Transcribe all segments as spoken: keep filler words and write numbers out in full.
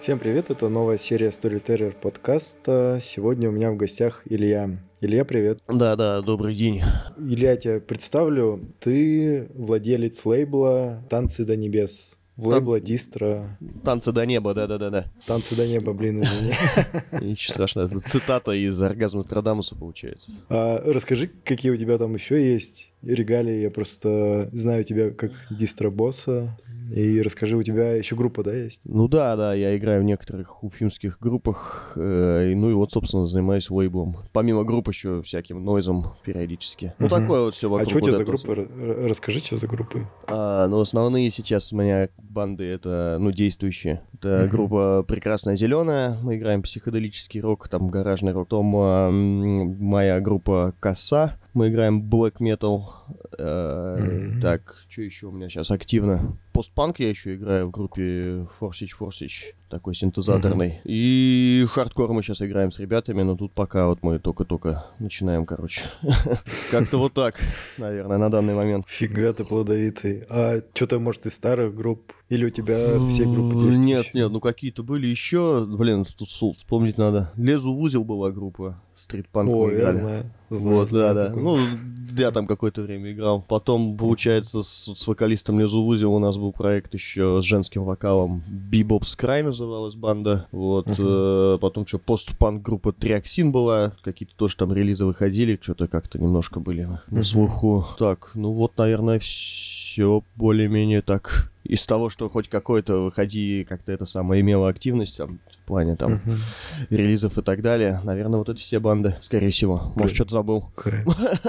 Всем привет, это новая серия Storyteller подкаста. Сегодня у меня в гостях Илья. Илья, привет. Да-да, добрый день. Илья, я тебя представлю. Ты владелец лейбла «Танцы до небес». В лейбла дистро. Танцы до неба, да-да-да-да. «Танцы до неба», блин, извини. Ничего страшного, это цитата из «Оргазма Нострадамуса» получается. А, расскажи, какие у тебя там еще есть регалии. Я просто знаю тебя как дистро-босса. И расскажи, у тебя еще группа, да, есть? Ну да, да, я играю в некоторых уфимских группах, э, ну и вот, собственно, занимаюсь лейблом. Помимо групп еще всяким нойзом периодически. Ну Угу. такое вот все вокруг. А что у тебя вот за этого группы? Р- Расскажи, что за группы. А, ну, основные сейчас у меня банды это, ну, действующие. Это Мгм. группа «Прекрасная зеленая». Мы играем психоделический рок, там гаражный рок. Потом а, м, моя группа «Коса». Мы играем black metal. Э, Мгм. Так, что еще у меня сейчас активно? Постпанк я еще играю в группе Forsage Forsage, такой синтезаторный. И хардкор мы сейчас играем с ребятами, но тут пока вот мы только-только начинаем, короче. Как-то вот так, наверное, на данный момент. Фига ты плодовитый. А что-то, может, из старых групп? Или у тебя все группы действующие? Нет, нет, ну какие-то были еще. Блин, тут с- вспомнить надо. «Лезу в узел» была группа. Стритпанк О, мы я играли. знаю. Знаю, Вот, знаю да, да. такое. Ну, я там какое-то время играл. Потом, получается, с, с вокалистом «Лезу в узел» у нас был проект еще с женским вокалом. «Bebop's Cry» называлась банда. Вот. Мгм. э, потом что, постпанк группа «Триоксин» была. Какие-то тоже там релизы выходили. Что-то как-то немножко были на Мгм. слуху. Так, ну вот, наверное, все более-менее так. Из того, что хоть какое-то выходи, как-то это самое имело активность, там, в плане там Мгм. релизов и так далее. Наверное, вот эти все банды, скорее всего. Блин. Может, что-то забыл. Кайф.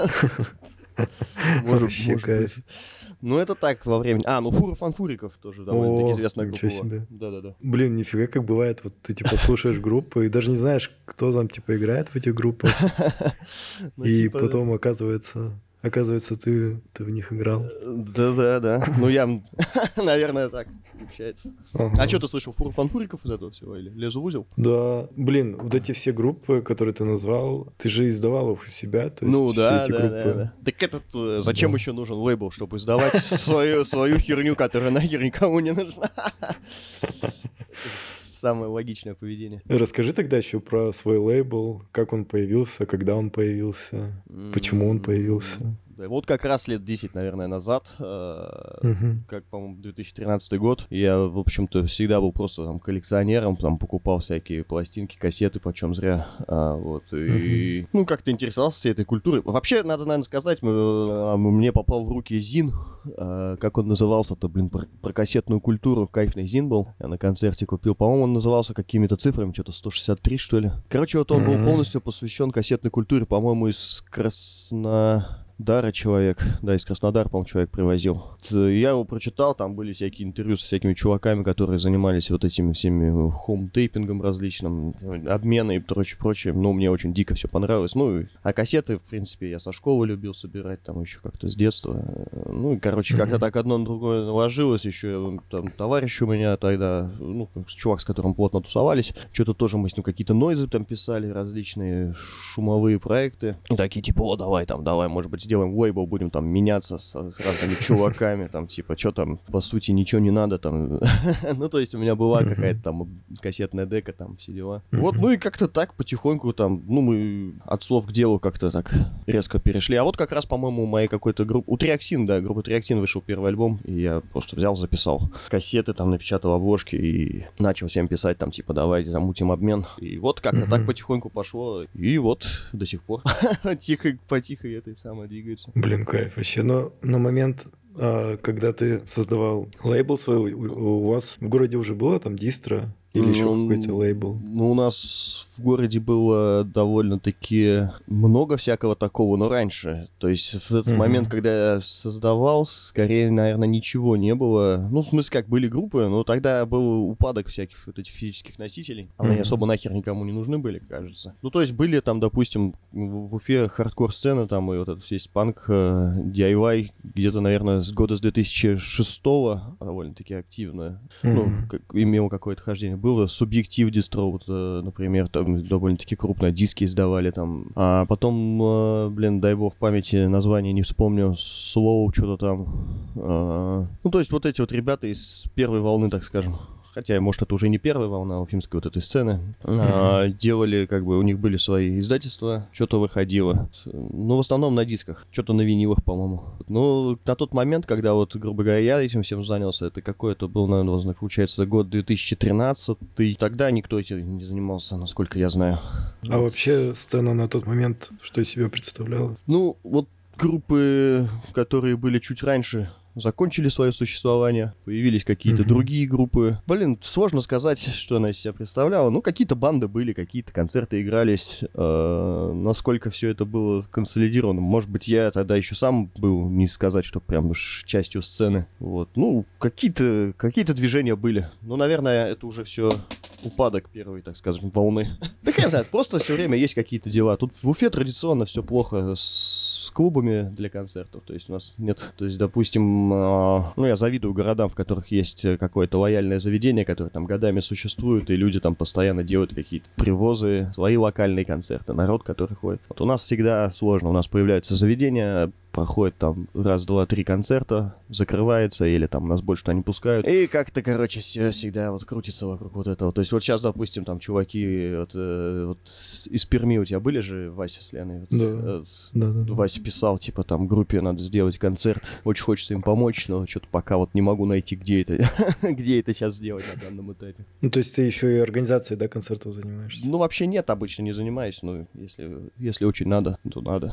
Может, Вообще может кайф. быть. Ну, это так, во времени. А, ну, Фура Фанфуриков тоже довольно-таки О, известная группа ничего была. себе. Да-да-да. Блин, нифига как бывает. Вот ты типа слушаешь группы и даже не знаешь, кто там типа играет в этих группах. Ну, И типа, да. потом оказывается, оказывается, ты, ты в них играл. Да-да-да. Ну, я, наверное, так получается. Ага. А что ты слышал, Фура Фанфуриков из этого всего или «Лезу в узел»? Да, блин, вот эти все группы, которые ты назвал, ты же издавал их у себя, то есть Ну все да, эти да, группы. да, да. Так этот, э, зачем Да. еще нужен лейбл, чтобы издавать свою, свою херню, которая нахер никому не нужна? Самое логичное поведение. Расскажи тогда еще про свой лейбл, как он появился, когда он появился, почему он появился. Да, вот как раз лет десять, наверное, назад, э, Мгм. как, по-моему, две тысячи тринадцатый год, я, в общем-то, всегда был просто там коллекционером, там покупал всякие пластинки, кассеты, почем зря, а, вот, и, ну, как-то интересовался всей этой культурой. Вообще, надо, наверное, сказать, мы, а, мне попал в руки зин, а, как он назывался-то, блин, про, про кассетную культуру, кайфный зин был, я на концерте купил, по-моему, он назывался какими-то цифрами, что-то сто шестьдесят три, что ли. Короче, вот он был Мгм. полностью посвящен кассетной культуре, по-моему, из Красно... Дара человек, да, из Краснодара, по-моему, человек привозил. Я его прочитал, там были всякие интервью с всякими чуваками, которые занимались вот этими всеми хоум-тейпингом различным, обмены и прочее, прочее. Ну, мне очень дико все понравилось. Ну, а кассеты, в принципе, я со школы любил собирать, там еще как-то с детства. Ну, и, короче, как-то так одно на другое наложилось. Еще там товарищ у меня тогда, ну, чувак, с которым плотно тусовались, что-то тоже мы с ним какие-то нойзы там писали, различные шумовые проекты. И такие, типа, о, давай там, давай, может быть, сделаем лейбл, будем там меняться с, с разными чуваками, там, типа, что там, по сути, ничего не надо, там. Ну, то есть у меня была какая-то там кассетная дека, там, все дела. Вот, ну и как-то так, потихоньку там, ну, мы от слов к делу как-то так резко перешли. А вот как раз, по-моему, у моей какой-то группы, у Триоксин, да, группа Триоксин вышел первый альбом, и я просто взял, записал кассеты, там, напечатал обложки и начал всем писать, там, типа, давайте замутим обмен. И вот как-то так потихоньку пошло, и вот до сих пор тихо, потихо это самое двигается. Блин, кайф вообще. Но на момент, а, когда ты создавал лейбл свой, у, у вас в городе уже было там дистро? Или еще Ну, какой-то лейбл? Ну, у нас в городе было довольно-таки много всякого такого, но раньше. То есть в этот Мгм. момент, когда я создавал, скорее, наверное, ничего не было. Ну, в смысле, как были группы, но тогда был упадок всяких вот этих физических носителей. Они Мгм. особо нахер никому не нужны были, кажется. Ну, то есть были там, допустим, в в Уфе хардкор-сцена, там и вот этот весь панк, э, ди ай вай, где-то, наверное, с года с две тысячи шестого довольно-таки активно. Ну, Мгм. как, имело какое-то хождение. Было Субъектив Дистро, вот, э, например, там довольно-таки крупно диски издавали там. А потом, э, блин, дай бог памяти, название не вспомню, Slow, что-то там. А, ну, то есть вот эти вот ребята из первой волны, так скажем. хотя, может, это уже не первая волна уфимской вот этой сцены, а, делали, как бы, у них были свои издательства, что-то выходило. Ну, в основном на дисках, что-то на винилах, по-моему. Ну, на тот момент, когда вот, грубо говоря, я этим всем занялся, это какой-то был, наверное, получается, год две тысячи тринадцатый, тогда никто этим не занимался, насколько я знаю. А вот. Вообще сцена на тот момент, что из себя представляла? Ну, вот группы, которые были чуть раньше, закончили свое существование, появились какие-то mm-hmm. другие группы. Блин, сложно сказать, что она из себя представляла. Ну, какие-то банды были, какие-то концерты игрались. Э-э- насколько все это было консолидировано. Может быть, я тогда еще сам был, не сказать, что прям уж частью сцены. Вот. Ну, какие-то, какие-то движения были. Ну, наверное, это уже все упадок первой, так скажем, волны. Да хрен знает, просто все время есть какие-то дела. Тут в Уфе традиционно все плохо с клубами для концертов. То есть у нас нет, то есть, допустим, э, ну, я завидую городам, в которых есть какое-то лояльное заведение, которое там годами существует, и люди там постоянно делают какие-то привозы, свои локальные концерты, народ, который ходит. Вот у нас всегда сложно, у нас появляются заведения, проходит там раз, два, три концерта, закрывается, или там нас больше туда не пускают. И как-то, короче, все всегда вот крутится вокруг вот этого. То есть вот сейчас, допустим, там чуваки вот, э, вот из Перми у тебя были же, Вася с Леной? Вот, да. Э, да, да, да. Вася писал, типа, там, группе надо сделать концерт. Очень хочется им помочь, но что-то пока вот не могу найти, где это, где это сейчас сделать на данном этапе. Ну, то есть ты еще и организацией, да, концертов занимаешься? Ну, вообще нет, обычно не занимаюсь, но если, если очень надо, то надо.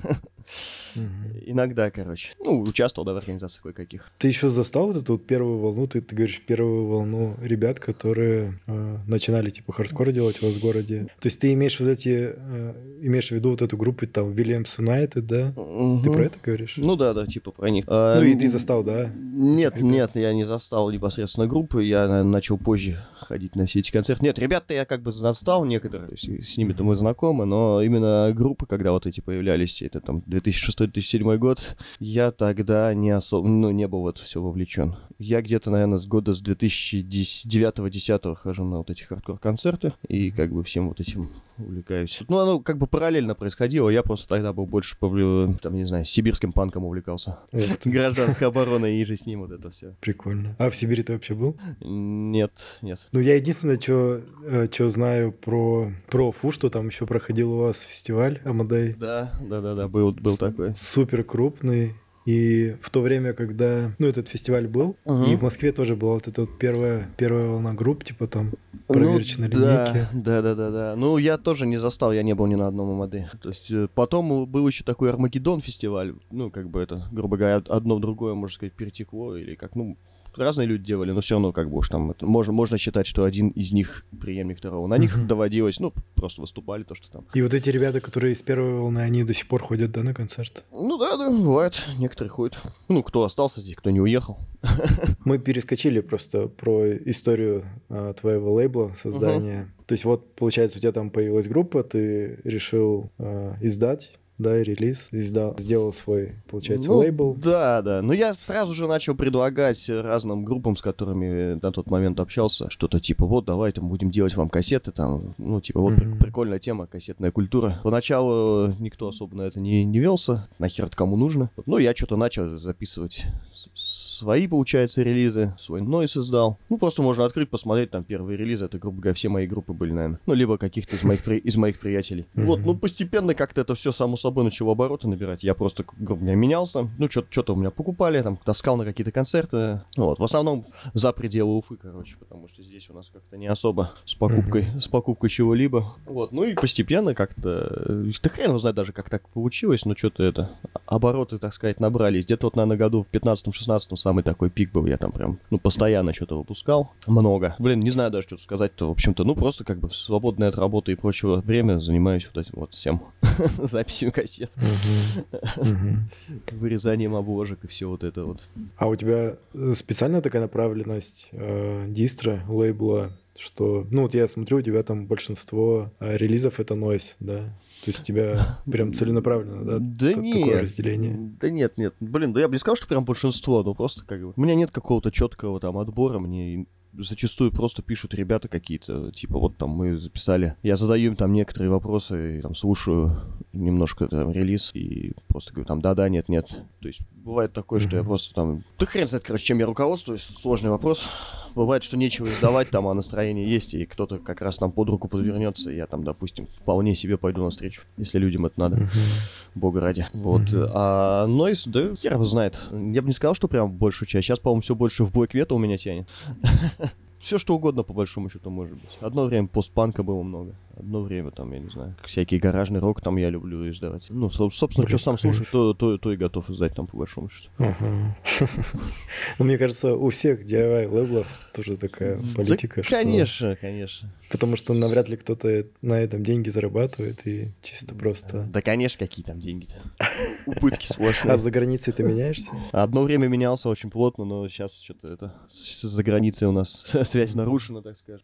Mm-hmm. Иногда, короче. Ну, участвовал, да, в организации кое-каких. Ты еще застал вот эту вот первую волну, ты, ты говоришь, первую волну ребят, которые э, начинали, типа, хардкор делать у вас в городе. То есть ты имеешь вот эти, э, имеешь в виду вот эту группу, там, Williams United, да? Mm-hmm. Ты про это говоришь? Ну да, да, типа про них. Ну а, и ты застал, да? Нет, нет, я не застал непосредственно группы, я, наверное, начал позже ходить на все эти концерты. Нет, ребят-то я как бы застал некоторые, с ними-то мы знакомы, но именно группы, когда вот эти появлялись, это там две тысячи шестой — две тысячи седьмой год, я тогда не особо, ну, не был в это все вовлечен. Я где-то, наверное, с года с две тысячи девятого-десятого хожу на вот эти хардкор-концерты и как бы всем вот этим увлекаюсь. Ну, оно как бы параллельно происходило, я просто тогда был больше, там, не знаю, сибирским панком увлекался. Гражданской обороной и же с ним вот это все. Прикольно. А в Сибири ты вообще был? Нет, нет. Ну, я единственное, что, что знаю про, про Уфу, что там еще проходил у вас фестиваль Амадей. Да, да, да, да, был, был такой. Супер крупный. И в то время, когда, ну, этот фестиваль был, uh-huh. и в Москве тоже была вот эта вот первая, первая волна групп, типа там проверочной ну, линейки. Да, да, да, да. Ну, я тоже не застал, я не был ни на одном МАД. То есть потом был еще такой Армагеддон фестиваль, ну, как бы это, грубо говоря, одно в другое, можно сказать, перетекло, или как, ну, разные люди делали, но все равно как бы уж там это, можно, можно считать, что один из них преемник второго. На них uh-huh. доводилось, ну, просто выступали, то, что там. И вот эти ребята, которые из первой волны, они до сих пор ходят, да, на концерты? Ну да, да, бывает. Некоторые ходят. Ну, кто остался здесь, кто не уехал. Мы перескочили просто про историю а, твоего лейбла, создания. Uh-huh. То есть вот, получается, у тебя там появилась группа, ты решил а, издать. Да, и релиз, издал, сделал свой, получается, ну, лейбл. Да, да. Но я сразу же начал предлагать разным группам, с которыми на тот момент общался, что-то типа, вот, давай там будем делать вам кассеты, там, ну, типа, вот mm-hmm. прикольная тема, кассетная культура. Поначалу никто особо на это не, не велся, нахер это кому нужно. Ну, я что-то начал записывать свои, получается, релизы, свой нойз издал. Ну, просто можно открыть, посмотреть, там, первые релизы, это, грубо говоря, все мои группы были, наверное. Ну, либо каких-то из моих, из моих приятелей. Mm-hmm. Вот, ну, постепенно как-то это все само собой начало обороты набирать. Я просто, грубо говоря, менялся. Ну, что-то у меня покупали, там, таскал на какие-то концерты. Вот, в основном за пределы Уфы, короче, потому что здесь у нас как-то не особо с покупкой, mm-hmm. с покупкой чего-либо. Вот, ну и постепенно как-то, да хрен его знает даже, как так получилось, но что-то это, обороты, так сказать, набрались. Где-то вот, наверное, году в пятнадцатом-шестнадцатом самый такой пик был, я там прям, ну, постоянно что-то выпускал. Много. Блин, не знаю даже, что сказать-то, в общем-то, ну, просто как бы в свободное от работы и прочего время занимаюсь вот этим вот всем записью кассет, вырезанием обложек и все вот это вот. А у тебя специально такая направленность дистро, лейбла, что, ну, вот я смотрю, у тебя там большинство релизов — это нойз, да? То есть у тебя прям целенаправленно, да? Да Т- нет. Такое разделение? Да нет, нет. Блин, да я бы не сказал, что прям большинство, но просто как бы... У меня нет какого-то четкого там отбора, мне... Зачастую просто пишут ребята какие-то, типа, вот там мы записали, я задаю им там некоторые вопросы, и, там слушаю немножко там релиз и просто говорю там да-да, нет-нет. То есть бывает такое, mm-hmm. что я просто там... Да хрен знает, короче, чем я руководствуюсь, сложный вопрос. бывает, что нечего издавать там, а настроение есть, и кто-то как раз там под руку подвернется, и я там, допустим, вполне себе пойду навстречу, если людям это надо, uh-huh. бога ради. Вот. Uh-huh. А Нойз, да хер его знает. Я бы не сказал, что прям большую часть. Сейчас, по-моему, все больше в Black Metal меня тянет. Все что угодно, по большому счету, может быть. Одно время постпанка было много. Одно время, там, я не знаю, всякий гаражный рок там я люблю издавать. Ну, собственно, что сам слушаю, то, то, то и готов издать там, по большому счету. Ну, мне кажется, у всех ди ай вай-лейблов тоже такая политика. Конечно, конечно. Потому что навряд ли кто-то на этом деньги зарабатывает и чисто просто... Да, конечно, какие там деньги-то. Убытки сплошные. А за границей ты меняешься? Одно время менялся очень плотно, но сейчас что-то это... За границей у нас связь нарушена, так скажем.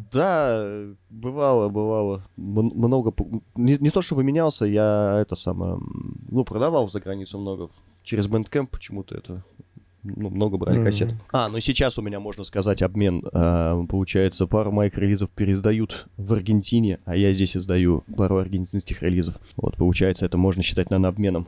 Да, бывало, бывало. Много... Не, не то чтобы менялся, я это самое... Ну, продавал за границу много. Через Bandcamp почему-то это... Ну, много брали mm-hmm. кассет. А, ну сейчас у меня, можно сказать, обмен. А, получается, пару моих релизов переиздают в Аргентине, а я здесь издаю пару аргентинских релизов. Вот, получается, это можно считать, наверное, обменом.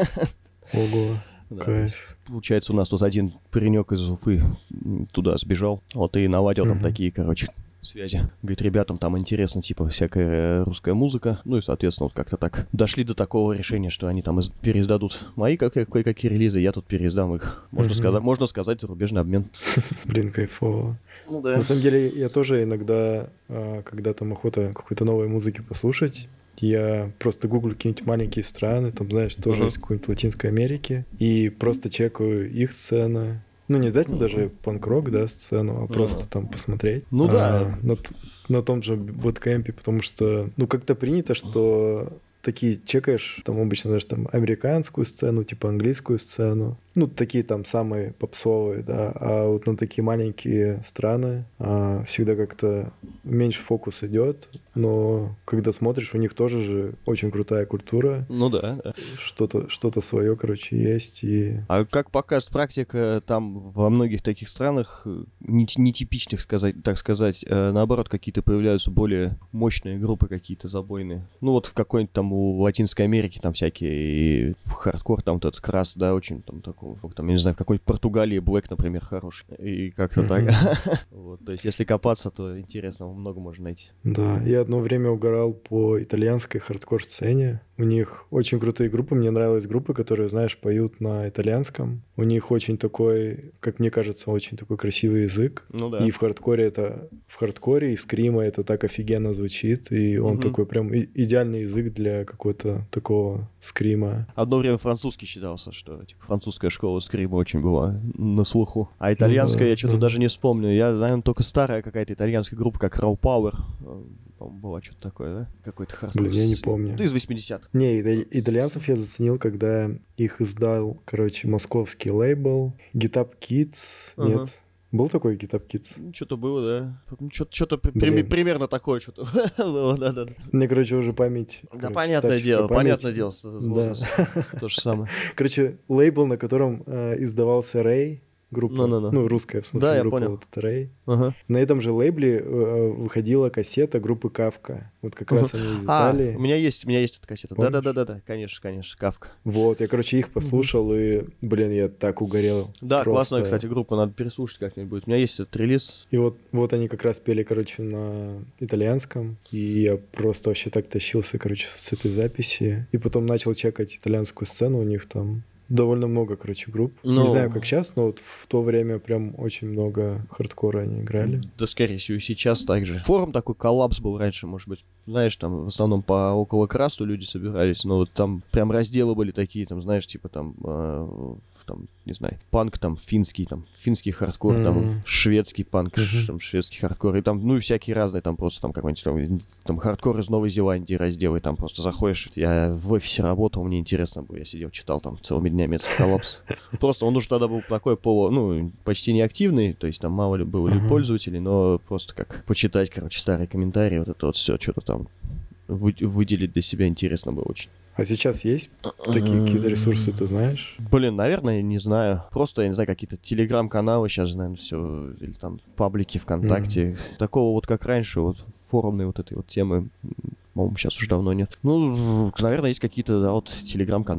Ого. Да, есть, получается, у нас тут один паренек из Уфы туда сбежал. Вот и наладил mm-hmm. там такие, короче, связи. Говорит, ребятам там интересно, типа, всякая русская музыка. Ну и, соответственно, вот как-то так дошли до такого решения, что они там из- переиздадут мои кое-какие релизы, я тут переиздам их. Можно, mm-hmm. сказать, можно сказать, зарубежный обмен. Блин, кайфово. Ну да. На самом деле, я тоже иногда, когда там охота какой-то новой музыки послушать, я просто гуглю какие-нибудь маленькие страны, там, знаешь, тоже uh-huh. из какой-нибудь Латинской Америки, и просто чекаю их сцены. Ну, не обязательно uh-huh. даже панк-рок, да, сцену, а uh-huh. просто там посмотреть. Ну а, да. На, на том же Bandcamp, потому что, ну, как-то принято, что такие чекаешь, там обычно даже там американскую сцену, типа английскую сцену, ну, такие там самые попсовые, да, а вот на такие маленькие страны а, всегда как-то меньше фокус идет, но когда смотришь, у них тоже же очень крутая культура. Ну да, да. Что-то, что-то свое, короче, есть. И... А как показывает практика, там во многих таких странах, нетипичных, сказать, так сказать, наоборот, какие-то появляются более мощные группы какие-то забойные. Ну вот в какой-нибудь там у Латинской Америки там всякие хардкор, там вот этот крас, да, очень там такой. Там, я не знаю, в какой-нибудь Португалии Блэк, например, хороший. И как-то так. Вот, то есть, если копаться, то интересного много можно найти. Да, я одно время угорал по итальянской хардкор-сцене. У них очень крутые группы. Мне нравились группы, которые, знаешь, поют на итальянском. У них очень такой, как мне кажется, очень такой красивый язык. Ну да. И в хардкоре это... В хардкоре и в скрима это так офигенно звучит. И он угу. такой прям и- идеальный язык для какого-то такого скрима. Одно время французский считался, что типа, французская школа скрима очень была на слуху. А итальянская ну, да, я что-то да. даже не вспомню. Я, наверное, только старая какая-то итальянская группа, как Raw Power. По-моему, была что-то такое, да? Какой-то хардкор. Блин, я не помню. Ты из восьмидесятых. Не, италь- итальянцев я заценил, когда их издал, короче, московский лейбл Get Up Kids. Uh-huh. Нет. Был такой Get Up Kids? Что-то было, да. Что-то, что-то при- примерно такое что-то было, да-да. Мне, короче, уже память... Да, короче, понятное дело, память. понятное дело. Да. То же самое. Короче, лейбл, на котором э, издавался Рэй, группа, no, no, no. ну, русская, в смысле, да, группа, я понял. вот это Рэй. Uh-huh. На этом же лейбле э, выходила кассета группы Кавка. Вот как uh-huh. раз они из Италии. А, у меня есть, у меня есть эта кассета. Да-да-да-да, конечно, конечно, Кавка. Вот, я, короче, их послушал, uh-huh. и, блин, я так угорел. Да, просто... классная, кстати, группа, надо переслушать как-нибудь. У меня есть этот релиз. И вот, вот они как раз пели, короче, на итальянском, и я просто вообще так тащился, короче, с этой записи. И потом начал чекать итальянскую сцену, у них там довольно много, короче, групп. Но... Не знаю, как сейчас, но вот в то время прям очень много хардкора они играли. Да, скорее всего, сейчас так же. Форум такой коллапс был раньше, может быть. Знаешь, там в основном по около Красту люди собирались, но вот там прям разделы были такие, там, знаешь, типа там, э, там не знаю, панк там финский, там, финский хардкор, mm-hmm. там, шведский панк, mm-hmm. там, шведский хардкор, и там, ну, и всякие разные, там, просто там какой-нибудь там, там хардкор из Новой Зеландии разделы, там, просто заходишь, я в офисе работал, мне интересно было, я сидел, читал там целыми днями этот коллапс. Просто он уже тогда был такой полу, ну, почти неактивный, то есть там мало ли было ли пользователей, но просто как почитать, короче, старые комментарии, вот это вот все, что-то там выделить для себя интересно было очень. А сейчас есть такие какие-то ресурсы, ты знаешь? Блин, наверное, не знаю. Просто, я не знаю, какие-то телеграм-каналы сейчас же, наверное, все, или там паблики ВКонтакте. Mm-hmm. Такого вот, как раньше, вот форумной вот этой вот темы, по-моему, сейчас уже давно нет. Ну, наверное, есть какие-то, да, вот, телеграм-каналы.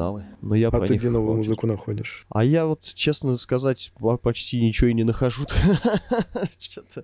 Но я А про ты них где новую молчу. музыку находишь? А я вот, честно сказать, по- почти ничего и не нахожу. Чё-то,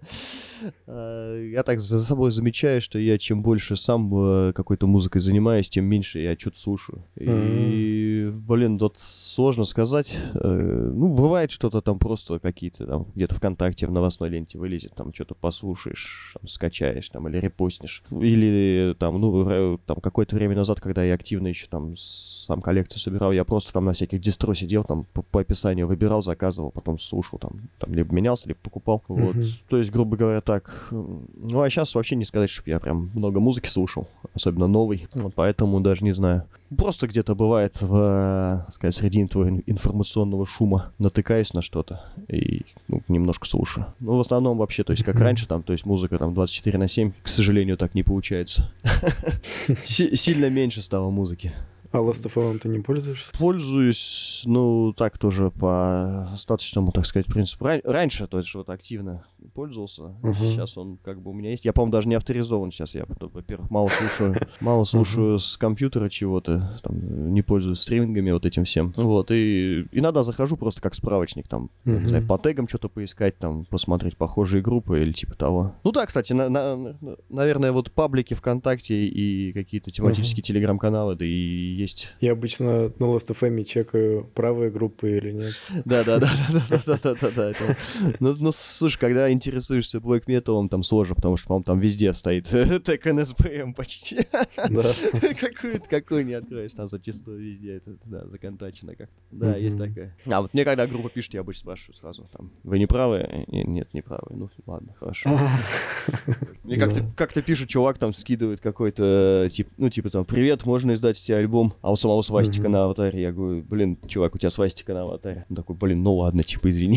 э, Я так за собой замечаю, что я чем больше сам э, какой-то музыкой занимаюсь, тем меньше я что-то слушаю. М. И, блин, тут сложно сказать. Э, Ну, бывает что-то там просто какие-то там где-то ВКонтакте в новостной ленте вылезет, там что-то послушаешь, там, скачаешь там или репостнешь. Или там, ну, ре- там какое-то время назад, когда я активно еще там сам коллекцию собирал, я просто там на всяких дистро сидел, там по, по описанию выбирал, заказывал, потом слушал, там, там либо менялся, либо покупал. Вот. Мгм. То есть, грубо говоря, так. Ну, а сейчас вообще не сказать, чтобы я прям много музыки слушал, особенно новой. Вот поэтому даже не знаю. Просто где-то бывает в, э, сказать, среди этого ин- информационного шума натыкаюсь на что-то и ну, немножко слушаю. Ну, в основном вообще, то есть, как Мгм. раньше, там, то есть, музыка там двадцать четыре на семь, к сожалению, так не получается. Си- Сильно меньше стало музыки. А Last of Us ты не пользуешься? Пользуюсь, ну, так тоже по остаточному, так сказать, принципу. Ран- Раньше, то есть, вот активно пользовался. Мгм. Сейчас он как бы у меня есть. Я, по-моему, даже не авторизован сейчас. Я, во-первых, мало слушаю, мало слушаю с компьютера чего-то, там, не пользуюсь стримингами, вот этим всем. Вот, и иногда захожу просто как справочник, там, я не знаю, Мгм. по тегам что-то поискать, там, посмотреть похожие группы или типа того. Ну да, кстати, на- на- на- наверное, вот паблики ВКонтакте и какие-то тематические телеграм-каналы, да и есть. Я обычно на Last of Us чекаю, правые группы или нет. Да, да, да, да, да, да, да, да, да. это- Ну, ну, слушай, когда интересуешься блэк металом, там сложно, потому что, по-моему, там везде стоит тег эн эс бэ эм почти. Да. Какую-то, какую не откроешь, там зачастую везде это, да, законтачено как. Да, есть Мгм. такая. А вот мне когда группа пишет, я обычно спрашиваю сразу, там, вы не правы? И- Нет, не правы. Ну, ладно, хорошо. Мне как-то, Да. как-то пишет чувак, там скидывает какой-то, тип, ну, типа там, привет, можно издать тебе альбом? А у самого свастика Мгм. на аватаре. Я говорю, блин, чувак, у тебя свастика на аватаре. Он такой, блин, ну ладно, типа, извини.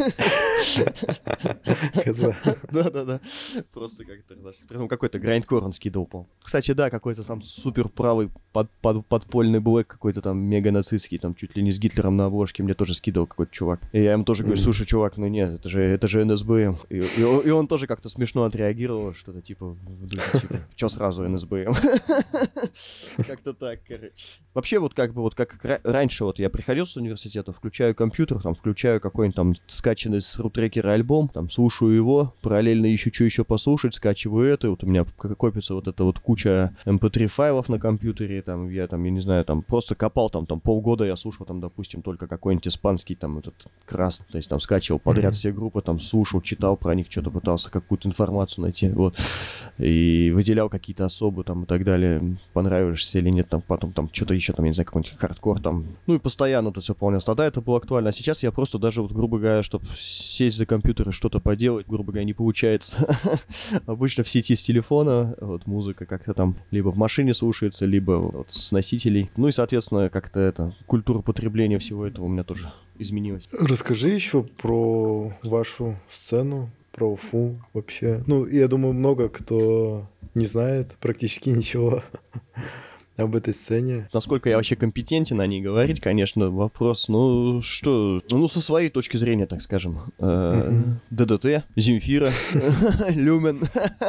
Коза. Да-да-да. Просто как-то разошлись. Притом какой-то грайндкор он скидывал, по Кстати, да, какой-то там супер правый под, под- подпольный блэк, какой-то там мега нацистский, там чуть ли не с Гитлером на обложке, мне тоже скидывал какой-то чувак. И я ему тоже говорю, Мгм. слушай, чувак, ну нет, это же, это же эн эс бэ эм. И, и он, и он тоже как-то смешно отреагировал, что-то типа, в духе, типа, чё сразу эн эс бэ эм? Как-то так, короче. Вообще, вот как бы, вот как ра- раньше, вот я приходил с университета, включаю компьютер, там, включаю какой-нибудь там скачанный с рутрекера альбом, там, слушаю его, параллельно ищу, что еще послушать, скачиваю это, вот у меня к- копится вот эта вот куча эм пэ три файлов на компьютере, там, я там, я не знаю, там, просто копал, там, там, полгода я слушал, там, допустим, только какой-нибудь испанский, там, этот, крас, то есть, там, скачивал подряд Мгм. все группы, там, слушал, читал про них, что-то пытался какую-то информацию найти, вот, и выделял какие-то особые, там, и так далее, понравишься или нет, там, потом, там, что-то еще, там, я не знаю, какой-нибудь хардкор, там, ну, и постоянно это все полнилось. Тогда это было актуально, а сейчас я просто даже, вот, грубо говоря, чтобы сесть за компьютер и что-то поделать, грубо говоря, не получается. Обычно в сети с телефона, вот, музыка как-то там либо в машине слушается, либо вот с носителей. Ну и, соответственно, как-то это, культура потребления всего этого у меня тоже изменилась. Расскажи еще про вашу сцену, про Уфу вообще. Ну, я думаю, много кто не знает практически ничего об этой сцене. Насколько я вообще компетентен о ней говорить, конечно, вопрос, ну, что, ну, со своей точки зрения, так скажем, э, Мгм. ДДТ, Земфира, Люмен,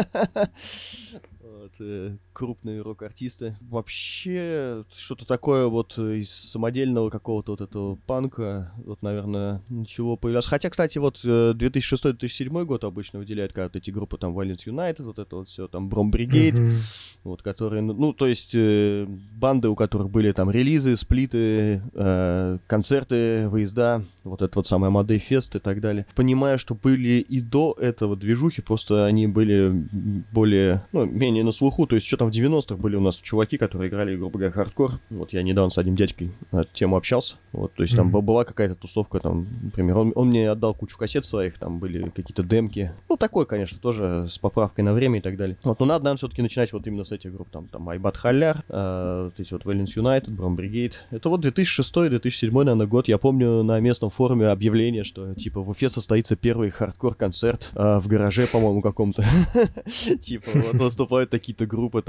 вот, э, крупные рок-артисты. Вообще, что-то такое вот из самодельного какого-то вот этого панка, вот, наверное, ничего появлялось. Хотя, кстати, вот э, две тысячи шестой - две тысячи седьмой год обычно выделяют, когда вот эти группы, там, Violence United, вот это вот все, там, Brom Brigade, Мгм. вот, которые, ну, ну, то есть э, банды, у которых были там релизы, сплиты, э, концерты, выезда, вот это вот самое Амадей Фест и так далее. Понимаю, что были и до этого движухи, просто они были более, ну, менее на слуху, то есть что там в девяностых были у нас чуваки, которые играли, грубо говоря, хардкор. Вот я недавно с одним дядькой на эту тему общался, вот, то есть там Мгм. была какая-то тусовка, там, например, он, он мне отдал кучу кассет своих, там были какие-то демки, ну, такой, конечно, тоже с поправкой на время и так далее. Вот, но надо, наверное, все-таки начинать вот именно с этих групп, там, там, Айбат Халяр, э, вот эти вот Violence United, Brom Brigade. Это вот две тысячи шестой - две тысячи седьмой, наверное, год. Я помню на местном форуме объявление, что, типа, в Уфе состоится первый хардкор-концерт э, в гараже, по-моему, каком-то. Типа, вот выступают такие-то группы, там,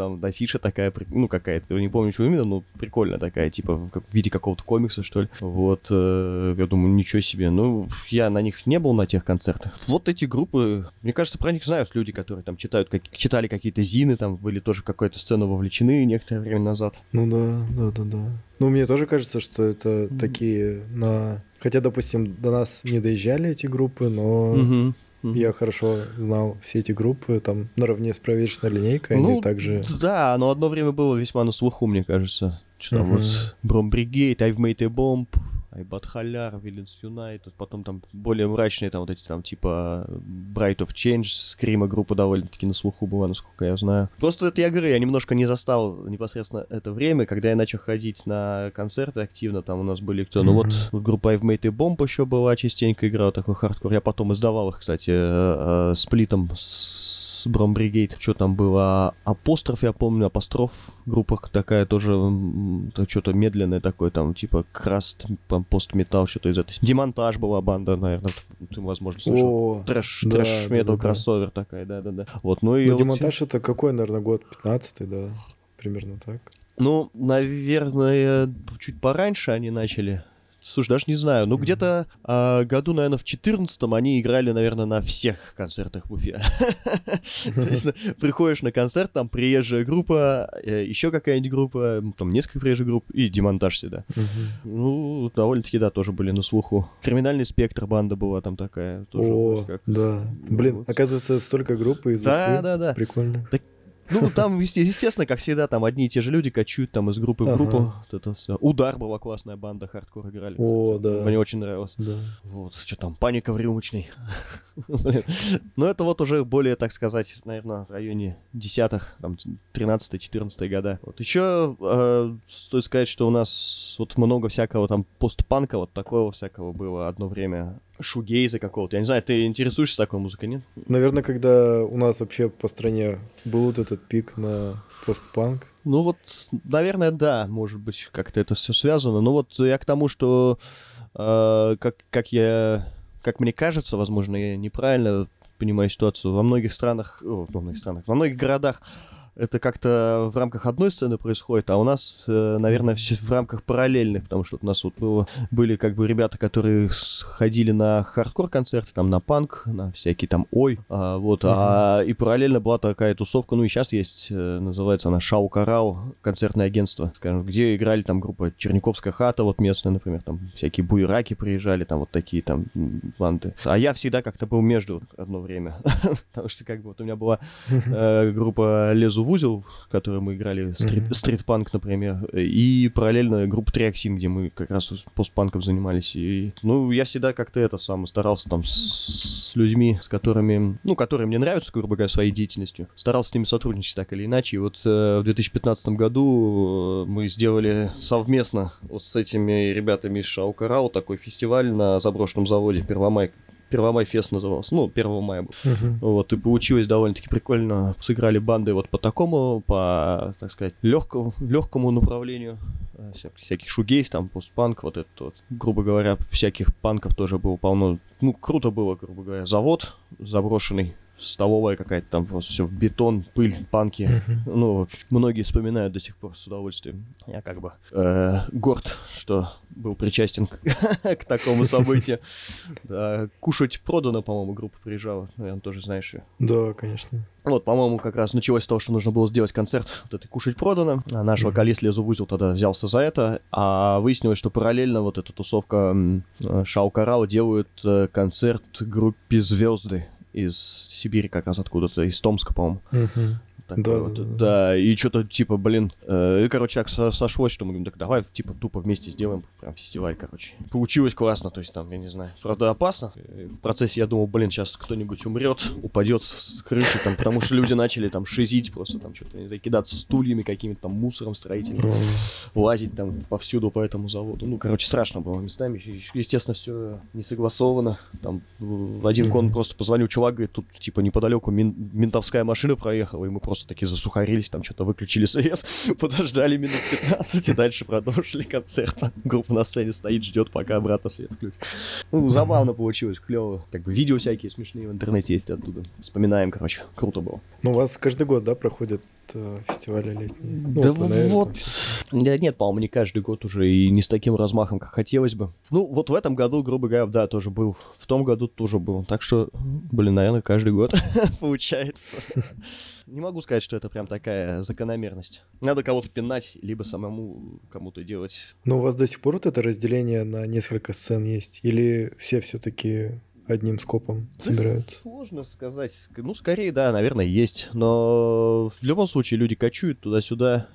там афиша такая, ну, какая-то, не помню, что именно, но прикольная такая, типа, в, в виде какого-то комикса, что ли. Вот, э, я думаю, ничего себе. Ну, я на них не был, на тех концертах. Вот эти группы, мне кажется, про них знают люди, которые там читают, как, читали какие-то зины, там были тоже в какую-то сцену вовлечены некоторое время назад. Ну да, да, да, да. Ну, мне тоже кажется, что это mm-hmm. такие на... Хотя, допустим, до нас не доезжали эти группы, но mm-hmm. Mm-hmm. я хорошо знал все эти группы, там, наравне с проверочной линейкой, ну, они также... Да, но одно время было весьма на слуху, мне кажется. Что там mm-hmm. вот Brom Brigade, I've Made a Bomb, Айбат Халяр, Villains United, потом там более мрачные, там вот эти там типа Bright of Change, Скрима группа довольно-таки на слуху была, насколько я знаю. Просто это я говорю, я немножко не застал непосредственно это время, когда я начал ходить на концерты активно, там у нас были кто, ну вот, вот группа I've Made a Bomb еще была, частенько играла такой хардкор, я потом издавал их, кстати, э, э, сплитом с Brom Brigade, что там было, Апостроф, я помню, Апостроф, группа такая тоже, что-то медленное такое, там типа Краст, пост-металл, что-то из этой. Демонтаж была банда, наверное, ты, возможно, слышал. О, трэш, да, трэш-метал, да, да, кроссовер да. такая, да-да-да. Вот, ну и ну, вот... Демонтаж это какой, наверное, год? пятнадцатый, да? Примерно так. Ну, наверное, чуть пораньше они начали. Слушай, даже не знаю. Ну, mm-hmm. где-то э, году, наверное, в четырнадцатом они играли, наверное, на всех концертах в Уфе. То есть приходишь на концерт, там приезжая группа, еще какая-нибудь группа, там несколько приезжих групп, и Демонтаж всегда. Ну, довольно-таки, да, тоже были на слуху. Криминальный спектр банда была там такая. О, да. Блин, оказывается, столько групп из Уфы. Да, да, да. Прикольно. Ну, там, естественно, как всегда, там одни и те же люди качают там из группы в группу. Ага. Вот это все. Удар была классная банда, хардкор играли. О, кстати. Да. Мне очень нравилось. Да. Вот, что там, Паника в рюмочной. Но это вот уже более, так сказать, наверное, в районе десятых, там, тринадцатый-четырнадцатый года. Вот еще э, стоит сказать, что у нас вот много всякого там постпанка, вот такого всякого было одно время. Шугейза какого-то. Я не знаю, ты интересуешься такой музыкой, нет? Наверное, когда у нас вообще по стране был вот этот пик на постпанк. Ну вот, наверное, да, может быть, как-то это все связано. Но вот я к тому, что э, как, как я, как мне кажется, возможно, я неправильно понимаю ситуацию, во многих странах, о, во многих странах, во многих городах это как-то в рамках одной сцены происходит, а у нас, наверное, все в рамках параллельных, потому что у нас вот было, были как бы ребята, которые ходили на хардкор-концерты, там на панк, на всякие там ой, а, вот, uh-huh. а, и параллельно была такая тусовка, ну и сейчас есть, называется она Шау Карау, концертное агентство, скажем, где играли там группа Черниковская хата, вот местная, например, там всякие буераки приезжали, там вот такие там банды. А я всегда как-то был между одно время, потому что как бы вот у меня была группа Лезу в узел, в которой мы играли, стрит, mm-hmm. стрит-панк, например, и параллельно группа Триоксин, где мы как раз постпанком занимались. И, ну, я всегда как-то это сам старался там с, с людьми, с которыми, ну, которые мне нравятся, грубо говоря, своей деятельностью. Старался с ними сотрудничать так или иначе. И вот э, в две тысячи пятнадцатом году мы сделали совместно вот с этими ребятами из Шау Карау такой фестиваль на заброшенном заводе Первомай. Первомай фест назывался, ну, первого мая был. Uh-huh. Вот, и получилось довольно-таки прикольно. Сыграли банды вот по такому, по, так сказать, легкому, легкому направлению. Вся, всяких шугейс, там, постпанк, вот это вот. Грубо говоря, всяких панков тоже было полно. Ну, круто было, грубо говоря. Завод заброшенный, столовая какая-то, там просто все в бетон, пыль, панки. Uh-huh. Ну, многие вспоминают до сих пор с удовольствием. Я как бы э, горд, что был причастен к, к такому событию. Да, кушать продано, по-моему, группа приезжала. Наверное, тоже знаешь ее. Да, конечно. Вот, по-моему, как раз началось с того, что нужно было сделать концерт вот этой «Кушать продано». А наш вокалист Лезу в узел тогда взялся за это. А выяснилось, что параллельно вот эта тусовка Шау Карау делают концерт группе «Звезды» из Сибири, как раз откуда-то, из Томска, по-моему. Uh-huh. Такое да, вот, да, да. да, и что-то типа, блин, э, и, короче, так сошлось, что мы говорим, так давай, типа, тупо вместе сделаем прям фестиваль, короче. Получилось классно, то есть там, я не знаю, правда, опасно. В процессе я думал, блин, сейчас кто-нибудь умрет, упадет с крыши, там, потому что люди начали там шизить просто, там, что-то, не знаю, кидаться стульями каким-то там, мусором строительным, лазить там повсюду по этому заводу. Ну, короче, страшно было местами. Естественно, все не согласовано. Там в один кон просто позвонил чувак, говорит, тут, типа, неподалеку ментовская машина проехала, и мы просто такие засухарились, там что-то выключили свет, подождали минут пятнадцать и дальше продолжили концерт. Группа на сцене стоит, ждет, пока обратно свет включит. Ну, забавно получилось, клево. Как бы видео всякие смешные в интернете есть оттуда. Вспоминаем, короче, круто было. Ну, у вас каждый год, да, проходят э, фестивали летние? Ну, Да вот, наверное, вот, там всё. да нет, по-моему, не каждый год уже и не с таким размахом, как хотелось бы. Ну, вот в этом году, грубо говоря, да, тоже был. В том году тоже был. Так что, блин, наверное, каждый год получается. Не могу сказать, что это прям такая закономерность. Надо кого-то пинать, либо самому кому-то делать. Но у вас до сих пор вот это разделение на несколько сцен есть? Или все все-таки одним скопом Да собираются? сложно сказать. Ск- Ну, скорее, да, наверное, есть. Но в любом случае люди кочуют туда-сюда.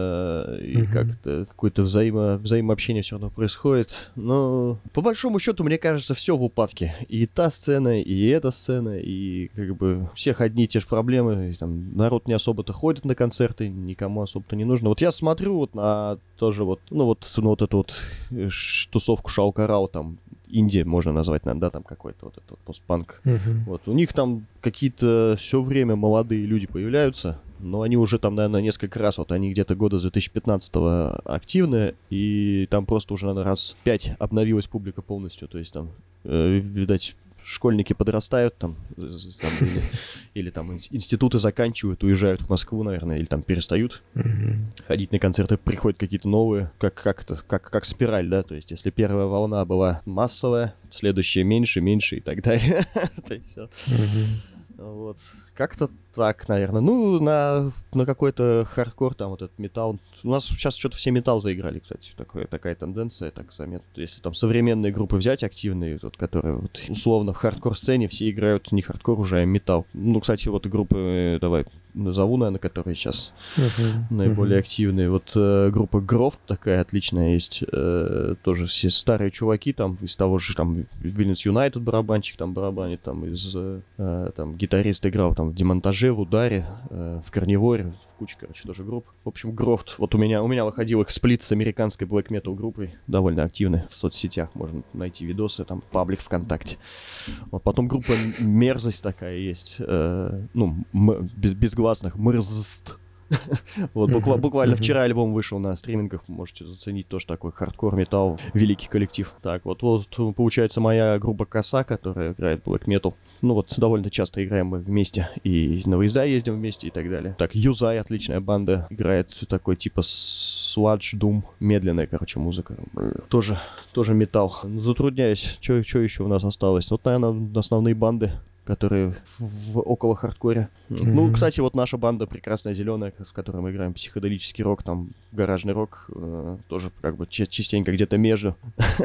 э, И Мгм. как-то какое-то взаимо... взаимообщение все равно происходит. Но по большому счету, мне кажется, все в упадке. И та сцена, и эта сцена, и как бы у всех одни и те же проблемы. И там народ не особо-то ходит на концерты, никому особо-то не нужно. Вот я смотрю вот на тоже вот, ну вот, ну вот эту вот э, ш- тусовку Шаукарау, там инди можно назвать, наверное, да, там какой-то вот этот вот постпанк. Мгм. Вот, у них там какие-то все время молодые люди появляются, но они уже там, наверное, несколько раз, вот они где-то года с две тысячи пятнадцатого активны, и там просто уже, наверное, раз пять обновилась публика полностью, то есть там, э, видать, школьники подрастают там, з- з- там, или, или там ин- институты заканчивают, уезжают в Москву, наверное, или там перестают Мгм. ходить на концерты, приходят какие-то новые, как, как, это, как, как спираль, да, то есть если первая волна была массовая, следующая меньше, меньше и так далее. То есть всё. Мгм. Вот. Как-то так, наверное. Ну, на, на какой-то хардкор, там вот этот металл. У нас сейчас что-то все металл заиграли, кстати. Такое, такая тенденция, так заметно. Если там современные группы взять, активные, вот, которые вот, условно в хардкор-сцене, все играют не хардкор уже, а металл. Ну, кстати, вот и группы, э, давай назову, наверное, которые сейчас Мгм. наиболее Мгм. активные. Вот э, группа Грофт такая отличная есть. Э, тоже все старые чуваки там из того же там Вильнюс Юнайтед барабанщик там барабанит, там из э, э, там гитарист играл там в Демонтаже, в Ударе, э, в Карниворе, в куче, короче, тоже групп. В общем, Грофт. Вот у меня у меня выходил их сплит с американской блэк метал группой, довольно активный в соцсетях, можно найти видосы, там паблик ВКонтакте. Вот потом группа Мерзость такая есть, э, ну м- без, безгласных Мрзст. Вот, буква- Мгм. буквально Мгм. вчера альбом вышел на стримингах, можете заценить тоже такой хардкор, металл, великий коллектив. Так, вот, вот получается моя группа Коса, которая играет black metal. Ну вот, довольно часто играем мы вместе, и на выезда ездим вместе и так далее. Так, Юзай, отличная банда, играет такой типа Sludge Doom, медленная, короче, музыка. Тоже, тоже металл. Затрудняюсь, что еще у нас осталось? Вот, наверное, основные банды, которые в, в около хардкоре. Mm-hmm. Ну, кстати, вот наша банда Прекрасная Зеленая, с которой мы играем психоделический рок, там гаражный рок, э, тоже как бы ч- частенько где-то между.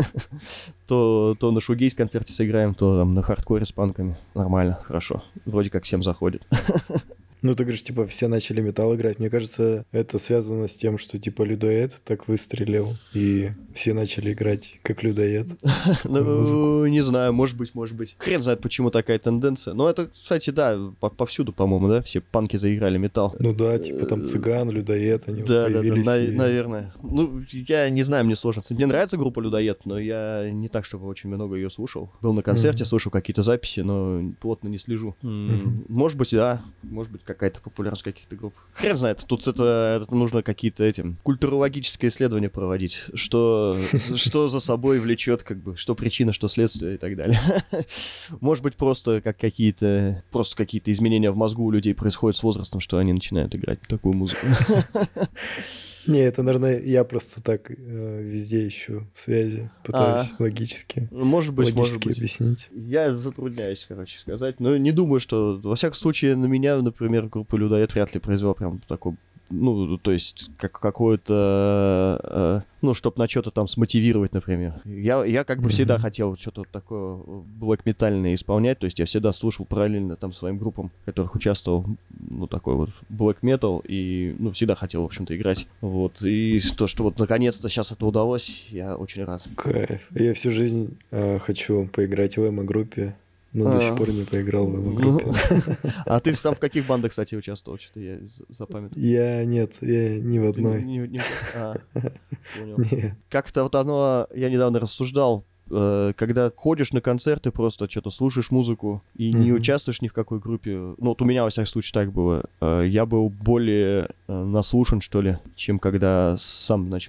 то, то на шугейс концерте сыграем, то там на хардкоре с панками. Нормально, хорошо. Вроде как всем заходит. Ну, ты говоришь, типа, все начали металл играть. Мне кажется, это связано с тем, что, типа, людоед так выстрелил, и все начали играть как людоед. Ну, не знаю, может быть, может быть. Хрен знает, почему такая тенденция. Но это, кстати, да, повсюду, по-моему, да, все панки заиграли металл. Ну да, типа там цыган, людоед, они да, появились. Да, да, и... наверное. Ну, я не знаю, мне сложно. Мне нравится группа Людоед, но я не так, чтобы очень много ее слушал. Был на концерте, mm-hmm. слушал какие-то записи, но плотно не слежу. Mm-hmm. Может быть, да, может быть, какая-то популярность каких-то групп. Хрен знает, тут это, это нужно какие-то эти культурологические исследования проводить, что, что за собой влечет, как бы, что причина, что следствие и так далее. Может быть, просто как какие-то, просто какие-то изменения в мозгу у людей происходят с возрастом, что они начинают играть такую музыку. Не, это, наверное, я просто так э, везде ищу связи, пытаюсь а, логически, может быть, логически может быть. объяснить. Я затрудняюсь, короче, сказать, но не думаю, что, во всяком случае, на меня, например, группа Людоед вряд ли произвела прям такой, ну, то есть, как какое-то, э, ну, чтобы на что-то там смотивировать, например. Я, я как бы mm-hmm. всегда хотел что-то такое блэк-метальное исполнять, то есть я всегда слушал параллельно там своим группам, в которых участвовал, ну, такой вот блэк-метал, и, ну, всегда хотел, в общем-то, играть. Вот, и то, что вот наконец-то сейчас это удалось, я очень рад. Кайф. Я всю жизнь э, хочу поиграть в эмо-группе. Но а, до сих пор не поиграл в эмо-группе. А ты сам в каких бандах, кстати, участвовал? Что-то я запамятовал. Я нет, я ни в одной. Не, не, а, понял. Нет. Как-то вот оно, я недавно рассуждал, когда ходишь на концерты, просто что-то слушаешь музыку и mm-hmm. не участвуешь ни в какой группе. Ну, вот у меня, во всяком случае, так было. Я был более наслушан, что ли, чем когда сам начал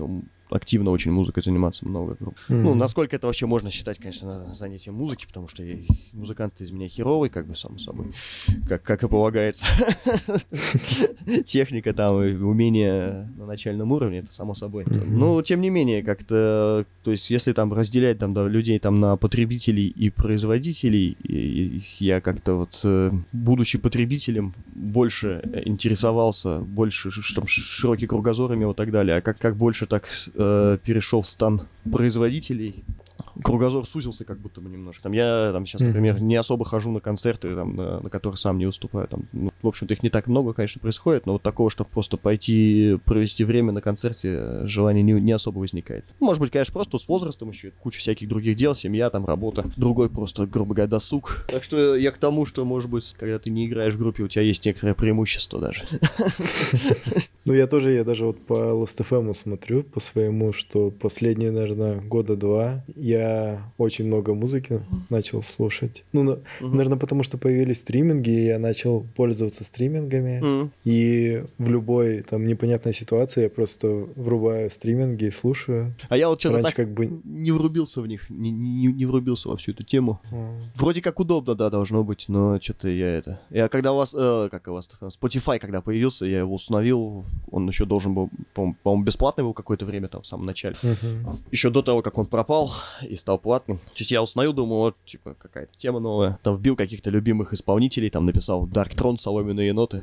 активно очень музыкой заниматься много групп. Mm-hmm. Ну, насколько это вообще можно считать, конечно, занятием музыки, потому что я, музыкант из меня херовый, как бы, само собой, как, как и полагается. Техника там и умение на начальном уровне, это само собой. Но, тем не менее, как-то, то есть, если там разделять там, да, людей там на потребителей и производителей, и, и я как-то вот, будучи потребителем, больше интересовался, больше там, широкий кругозор имел и так далее, а как, как больше так э, перешел в стан производителей, кругозор сузился как будто бы немножко. Там я там сейчас, например, mm-hmm. не особо хожу на концерты, там, на, на которых сам не выступаю. Там, ну, в общем-то, их не так много, конечно, происходит, но вот такого, чтобы просто пойти провести время на концерте, желания не, не особо возникает. Может быть, конечно, просто с возрастом еще куча всяких других дел, семья, там, работа. Другой просто, грубо говоря, досуг. Так что я к тому, что, может быть, когда ты не играешь в группе, у тебя есть некоторое преимущество даже. Ну, я тоже, я даже вот по Last эф эм смотрю, по своему, что последние, наверное, года два я очень много музыки начал слушать. Ну, uh-huh. наверное, потому что появились стриминги, и я начал пользоваться стримингами. Uh-huh. И в любой там непонятной ситуации я просто врубаю стриминги и слушаю. А я вот что-то Раньше так как бы не врубился в них, не, не, не врубился во всю эту тему. Uh-huh. Вроде как удобно, да, должно быть, но что-то я это... Я когда у вас... Э, как у вас? Spotify, когда появился, я его установил, он еще должен был, по-моему, по-моему бесплатный был какое-то время там в самом начале. Uh-huh. Еще до того, как он пропал и стал платным. То есть я установил, думаю, вот, типа, какая-то тема новая. Там вбил каких-то любимых исполнителей, там написал Dark Throne, соломенные ноты.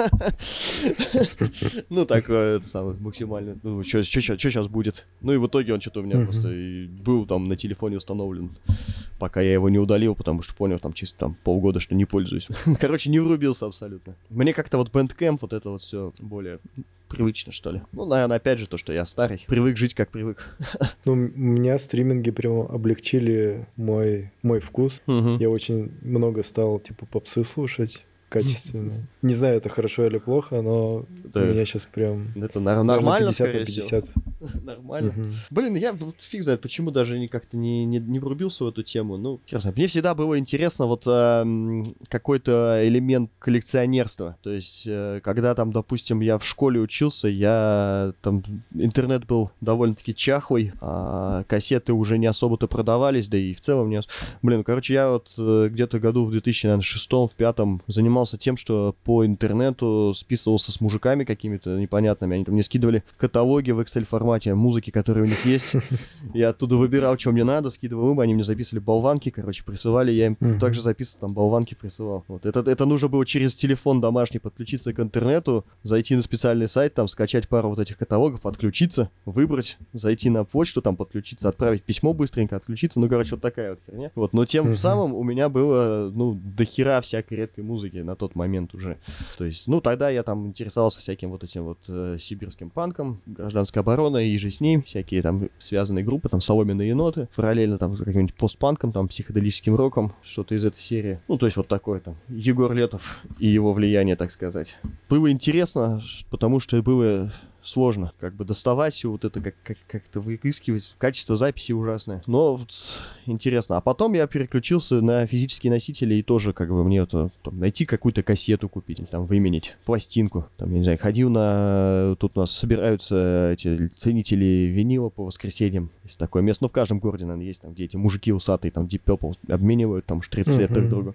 Ну, такое, это самое, максимально. Ну, что сейчас будет? Ну, и в итоге он что-то у меня просто был там на телефоне установлен, пока я его не удалил, потому что понял, там, чисто там полгода, что не пользуюсь. Короче, не врубился абсолютно. Мне как-то вот Bandcamp, вот это вот все более... привычно, что ли. Ну, наверное, опять же, то, что я старый. Привык жить, как привык. Ну, у меня стриминги прямо облегчили мой, мой вкус. Uh-huh. Я очень много стал, типа, попсы слушать качественно. Не знаю, это хорошо или плохо, но да. У меня сейчас прям... Это нормально, пятьдесят на пятьдесят. Нормально. Uh-huh. Блин, я фиг знает, почему даже как-то не, не, не врубился в эту тему. Ну, честно, мне всегда было интересно вот э, какой-то элемент коллекционерства. То есть, э, когда там, допустим, я в школе учился, я там... Интернет был довольно-таки чахлый, а кассеты уже не особо-то продавались, да и в целом не... Блин, короче, я вот э, где-то году в две тысячи шестом, в пятом занимался тем, что по интернету списывался с мужиками какими-то непонятными. Они там мне скидывали каталоги в Excel-формате музыки, которые у них есть. Я оттуда выбирал, что мне надо, скидывал им, они мне записывали болванки, короче, присылали. Я им uh-huh. также записывал, там, болванки присылал. Вот. Это, это нужно было через телефон домашний подключиться к интернету, зайти на специальный сайт, там, скачать пару вот этих каталогов, отключиться, выбрать, зайти на почту, там, подключиться, отправить письмо быстренько, отключиться. Ну, короче, вот такая вот херня. Вот. Но тем uh-huh. самым у меня было, ну, дохера всякой редкой музыки на тот момент уже. То есть, ну, тогда я там интересовался всяким вот этим вот э, сибирским панком, гражданская оборона и же с ним, всякие там связанные группы, там, соломенные еноты, параллельно там с каким-нибудь постпанком, там, психоделическим роком, что-то из этой серии. Ну, то есть вот такое там. Егор Летов и его влияние, так сказать. Было интересно, потому что было... сложно как бы доставать вот это, как- как- как-то выискивать. Качество записи ужасное. Но вот интересно. А потом я переключился на физические носители и тоже как бы мне это, там, найти какую-то кассету купить или там выменить пластинку. Там, я не знаю, ходил на... Тут у нас собираются эти ценители винила по воскресеньям. Есть такое место. Ну, в каждом городе, наверное, есть там, где эти мужики усатые, там, Deep Purple обменивают там штрих лет друг другу.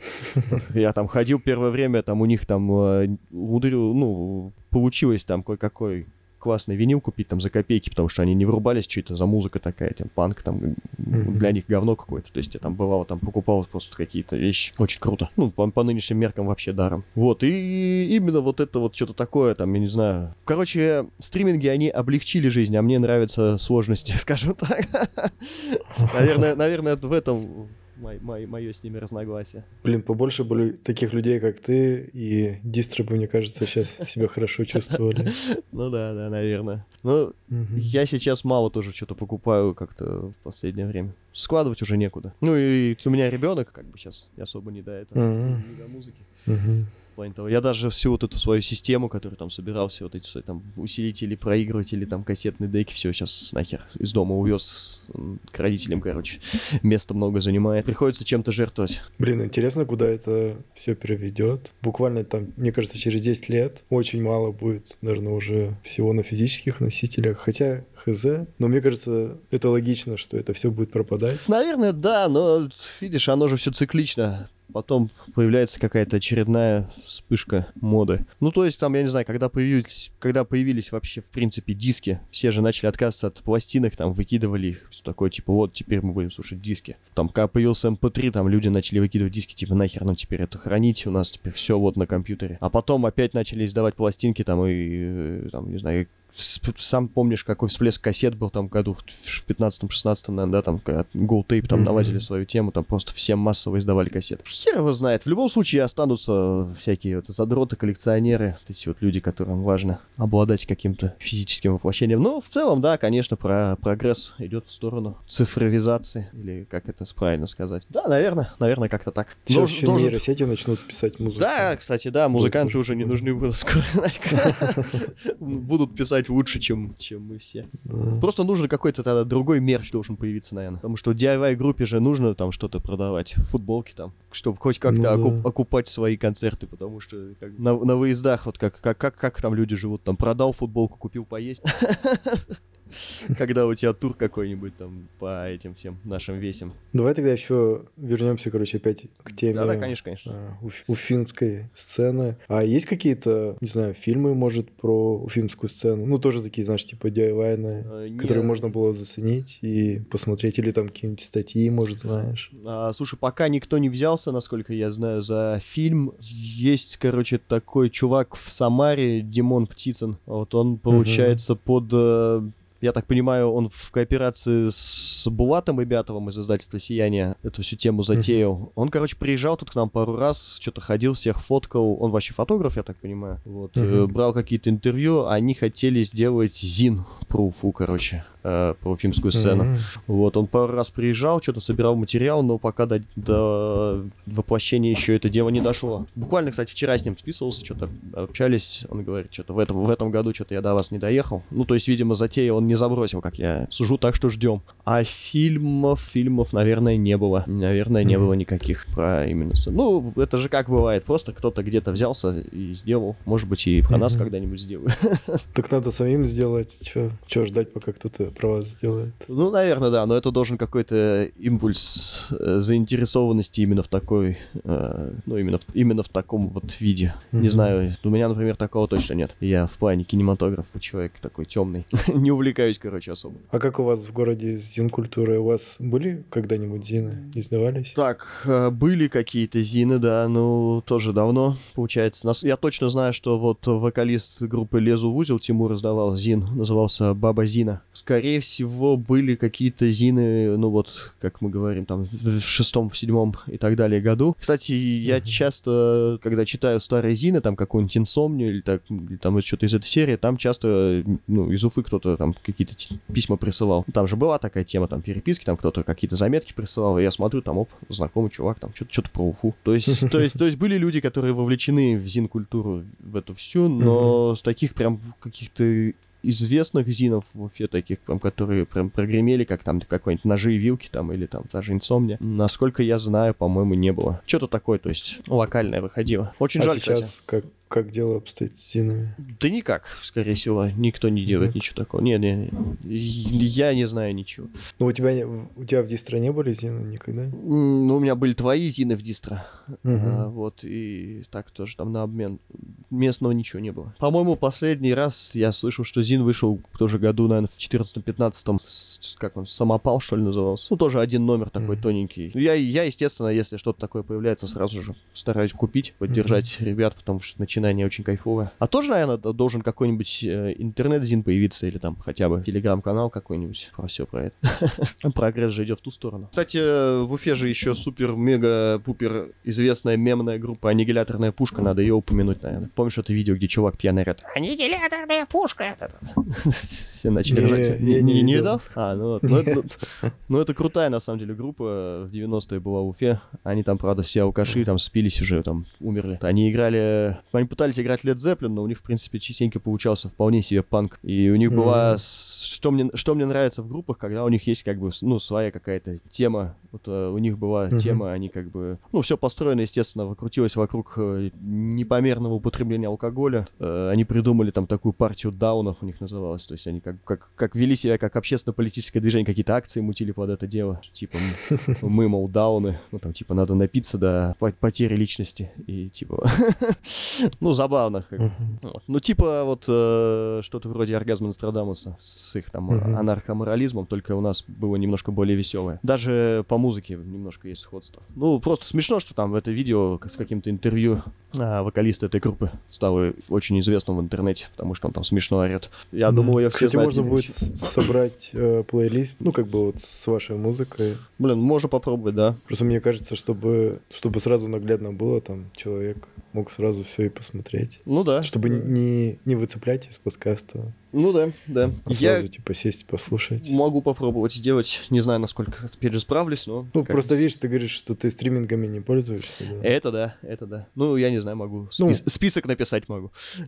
Я там ходил первое время, там у них там э, удрил, ну, получилось там кое-какой классный винил купить там за копейки, потому что они не врубались, что это за музыка такая, там, панк, там, mm-hmm. для них говно какое-то. То есть я там бывало, там, покупал просто какие-то вещи. Очень круто. Ну, по, по нынешним меркам вообще даром. Вот, и именно вот это вот что-то такое, там, я не знаю. Короче, стриминги, они облегчили жизнь, а мне нравятся сложности, скажем так. Наверное, наверное, в этом... Мое с ними разногласие. Блин, побольше были таких людей, как ты, и дистрибы, мне кажется, сейчас себя хорошо чувствовали. Ну да, да, наверное. Ну, я сейчас мало тоже что-то покупаю как-то в последнее время. Складывать уже некуда. Ну и у меня ребенок, как бы сейчас особо не до этого, не до музыки. В плане того, я даже всю вот эту свою систему, которую там собирал, все вот эти свои там усилители, проигрыватели, там кассетные деки, все сейчас нахер из дома увез к родителям, короче. Места много занимает. Приходится чем-то жертвовать. Блин, интересно, куда это все приведет. Буквально там, мне кажется, через десять лет очень мало будет, наверное, уже всего на физических носителях. Хотя, хз. Но мне кажется, это логично, что это все будет пропадать. Наверное, да, но видишь, оно же все циклично. Потом появляется какая-то очередная вспышка моды. Ну, то есть, там, я не знаю, когда появились, когда появились вообще, в принципе, диски, все же начали отказываться от пластинок, там, выкидывали их, все такое, типа, вот, теперь мы будем слушать диски. Там, когда появился эм пэ три, там, люди начали выкидывать диски, типа, нахер, ну, теперь это хранить, у нас теперь все вот на компьютере. А потом опять начали издавать пластинки, там, и, там, не знаю, сам помнишь, какой всплеск кассет был там году в пятнадцатом-шестнадцатом, наверное, да, там, когда Gold Tape там mm-hmm. наладили свою тему, там просто всем массово издавали кассеты. Хер его знает. В любом случае останутся всякие вот задроты, коллекционеры, вот эти вот люди, которым важно обладать каким-то физическим воплощением. Но в целом, да, конечно, про прогресс идет в сторону цифровизации, или как это правильно сказать. Да, наверное, наверное, как-то так. Сейчас Долж, еще должен... нейросети начнут писать музыку. Да, кстати, да, музыканты уже не нужны будут скоро. Будут писать лучше, чем, чем мы все. Да. Просто нужен какой-то тогда другой мерч должен появиться, наверное. Потому что ди ай вай-группе же нужно там что-то продавать, футболки там, чтобы хоть как-то ну, окуп- да. окупать свои концерты, потому что как, на, на выездах вот как, как, как, как там люди живут, там продал футболку, купил поесть. Когда у тебя тур какой-нибудь там по этим всем нашим весям. Давай тогда еще вернемся, короче, опять к теме да, да, конечно, конечно. А, уф- уфимской сцены. А есть какие-то, не знаю, фильмы, может, про уфимскую сцену? Ну, тоже такие, знаешь, типа ди ай вай-ные, а, которые можно было заценить и посмотреть. Или там какие-нибудь статьи, может, знаешь. А, слушай, пока никто не взялся, насколько я знаю, за фильм. Есть, короче, такой чувак в Самаре, Димон Птицын. Вот он, получается, uh-huh. под... Я так понимаю, он в кооперации с Булатом Ибятовым из издательства «Сияние» эту всю тему затеял. Mm-hmm. Он, короче, приезжал тут к нам пару раз, что-то ходил, всех фоткал. Он вообще фотограф, я так понимаю. Вот. Mm-hmm. Брал какие-то интервью. Они хотели сделать зин про Уфу, короче, э, про уфимскую сцену. Mm-hmm. Вот. Он пару раз приезжал, что-то собирал материал, но пока до, до воплощения еще это дело не дошло. Буквально, кстати, вчера с ним списывался, что-то общались. Он говорит, что-то в этом, в этом году что-то я до вас не доехал. Ну, то есть, видимо, затея он не забросил, как я сужу, так что ждем. А фильмов, фильмов, наверное, не было. Наверное, не mm-hmm. было никаких про именно... Ну, это же как бывает. Просто кто-то где-то взялся и сделал. Может быть, и про mm-hmm. нас когда-нибудь сделают. Так надо самим сделать. Чего ждать, пока кто-то про вас сделает? Ну, наверное, да. Но это должен какой-то импульс э, заинтересованности именно в такой... Э, ну, именно в, именно в таком вот виде. Mm-hmm. Не знаю. У меня, например, такого точно нет. Я в плане кинематографа человек такой темный. Не увлекаюсь, короче, особо. А как у вас в городе зин-культура? У вас были когда-нибудь зины? Издавались? Так, были какие-то зины, да, ну, тоже давно, получается. Я точно знаю, что вот вокалист группы «Лезу в узел» Тимур издавал зин, назывался «Баба Зина». Скорее всего, были какие-то зины, ну вот, как мы говорим, там, в шестом, в седьмом и так далее году. Кстати, я uh-huh. часто, когда читаю старые зины, там, какую-нибудь «Инсомнию» или, так, или там что-то из этой серии, там часто, ну, из Уфы кто-то там какие-то письма присылал. Там же была такая тема, там, переписки, там кто-то какие-то заметки присылал, и я смотрю, там, оп, знакомый чувак, там, что-то, что-то про Уфу. То есть, то есть, то есть были люди, которые вовлечены в зин-культуру, в эту всю, но mm-hmm. с таких прям каких-то известных зинов в Уфе, таких, прям, которые прям прогремели, как там какой-нибудь «Ножи и вилки», там, или там та же «Инсомния». Насколько я знаю, по-моему, не было. Что-то такое, то есть, локальное выходило. Очень а жаль, сейчас кстати. как Как дело обстоит с зинами? Да никак, скорее всего. Никто не делает mm-hmm. ничего такого. Нет, нет, я не знаю ничего. Ну, у тебя, у тебя в дистро не были зины никогда? Mm, ну, у меня были твои зины в дистро. Mm-hmm. А, вот, и так тоже там на обмен. Местного ничего не было. По-моему, последний раз я слышал, что зин вышел в том же году, наверное, в четырнадцатом-пятнадцатом. Как он, «Самопал», что ли, назывался? Ну, тоже один номер такой mm-hmm. тоненький. Я, я, естественно, если что-то такое появляется, сразу же стараюсь купить, поддержать mm-hmm. ребят, потому что начинать воспоминания очень кайфовые. А тоже, наверное, должен какой-нибудь э, интернет-зин появиться или там хотя бы телеграм-канал какой-нибудь про все про это. Прогресс же идет в ту сторону. Кстати, в Уфе же еще супер-мега-пупер известная мемная группа «Аннигиляторная пушка». Надо ее упомянуть, наверное. Помнишь это видео, где чувак пьяный орёт? «Аннигиляторная пушка!» Все начали Не, ржать. я Не не не видел. видал? А, ну вот. Ну, это- ну, ну, это крутая, на самом деле, группа. В девяностые была в Уфе. Они там, правда, все алкаши, там спились уже, там умерли. Они играли... Они пытались играть Led Zeppelin, но у них, в принципе, частенько получался вполне себе панк. И у них была... Мгм. с- Что мне, что мне нравится в группах, когда у них есть, как бы, ну, своя какая-то тема. Вот э, у них была Мгм. тема, они как бы... Ну, все построено, естественно, крутилось вокруг э, непомерного употребления алкоголя. Э, они придумали там такую партию даунов, у них называлось. То есть они как, как, как вели себя как общественно-политическое движение, какие-то акции мутили под это дело. Типа, м, мы, мол, дауны. Ну, там, типа, надо напиться до по- потери личности. И, типа, ну, забавно. как бы. Мгм. Вот. Ну, типа, вот э, что-то вроде оргазма Нострадамуса с их там Мгм. анархоморализмом, только у нас было немножко более веселое. Даже по музыке немножко есть сходство. Ну, просто смешно, что там в это видео с каким-то интервью а, вокалиста этой группы стало очень известным в интернете, потому что он там смешно орет. Я Да. думал, я все Кстати, знают. можно будет с- собрать э, плейлист, ну, как бы вот с вашей музыкой. Блин, можно попробовать, да. Просто мне кажется, чтобы, чтобы сразу наглядно было, там, человек мог сразу все и посмотреть. Ну да. Чтобы Да. не, не выцеплять из подкаста, Ну да, да. а Я сразу, типа, сесть послушать. могу попробовать сделать. Не знаю, насколько теперь справлюсь, но... Ну, как- просто видишь, ты говоришь, что ты стримингами не пользуешься, да? Это да, это да. Ну, я не знаю, могу. Ну. спис- Список написать могу.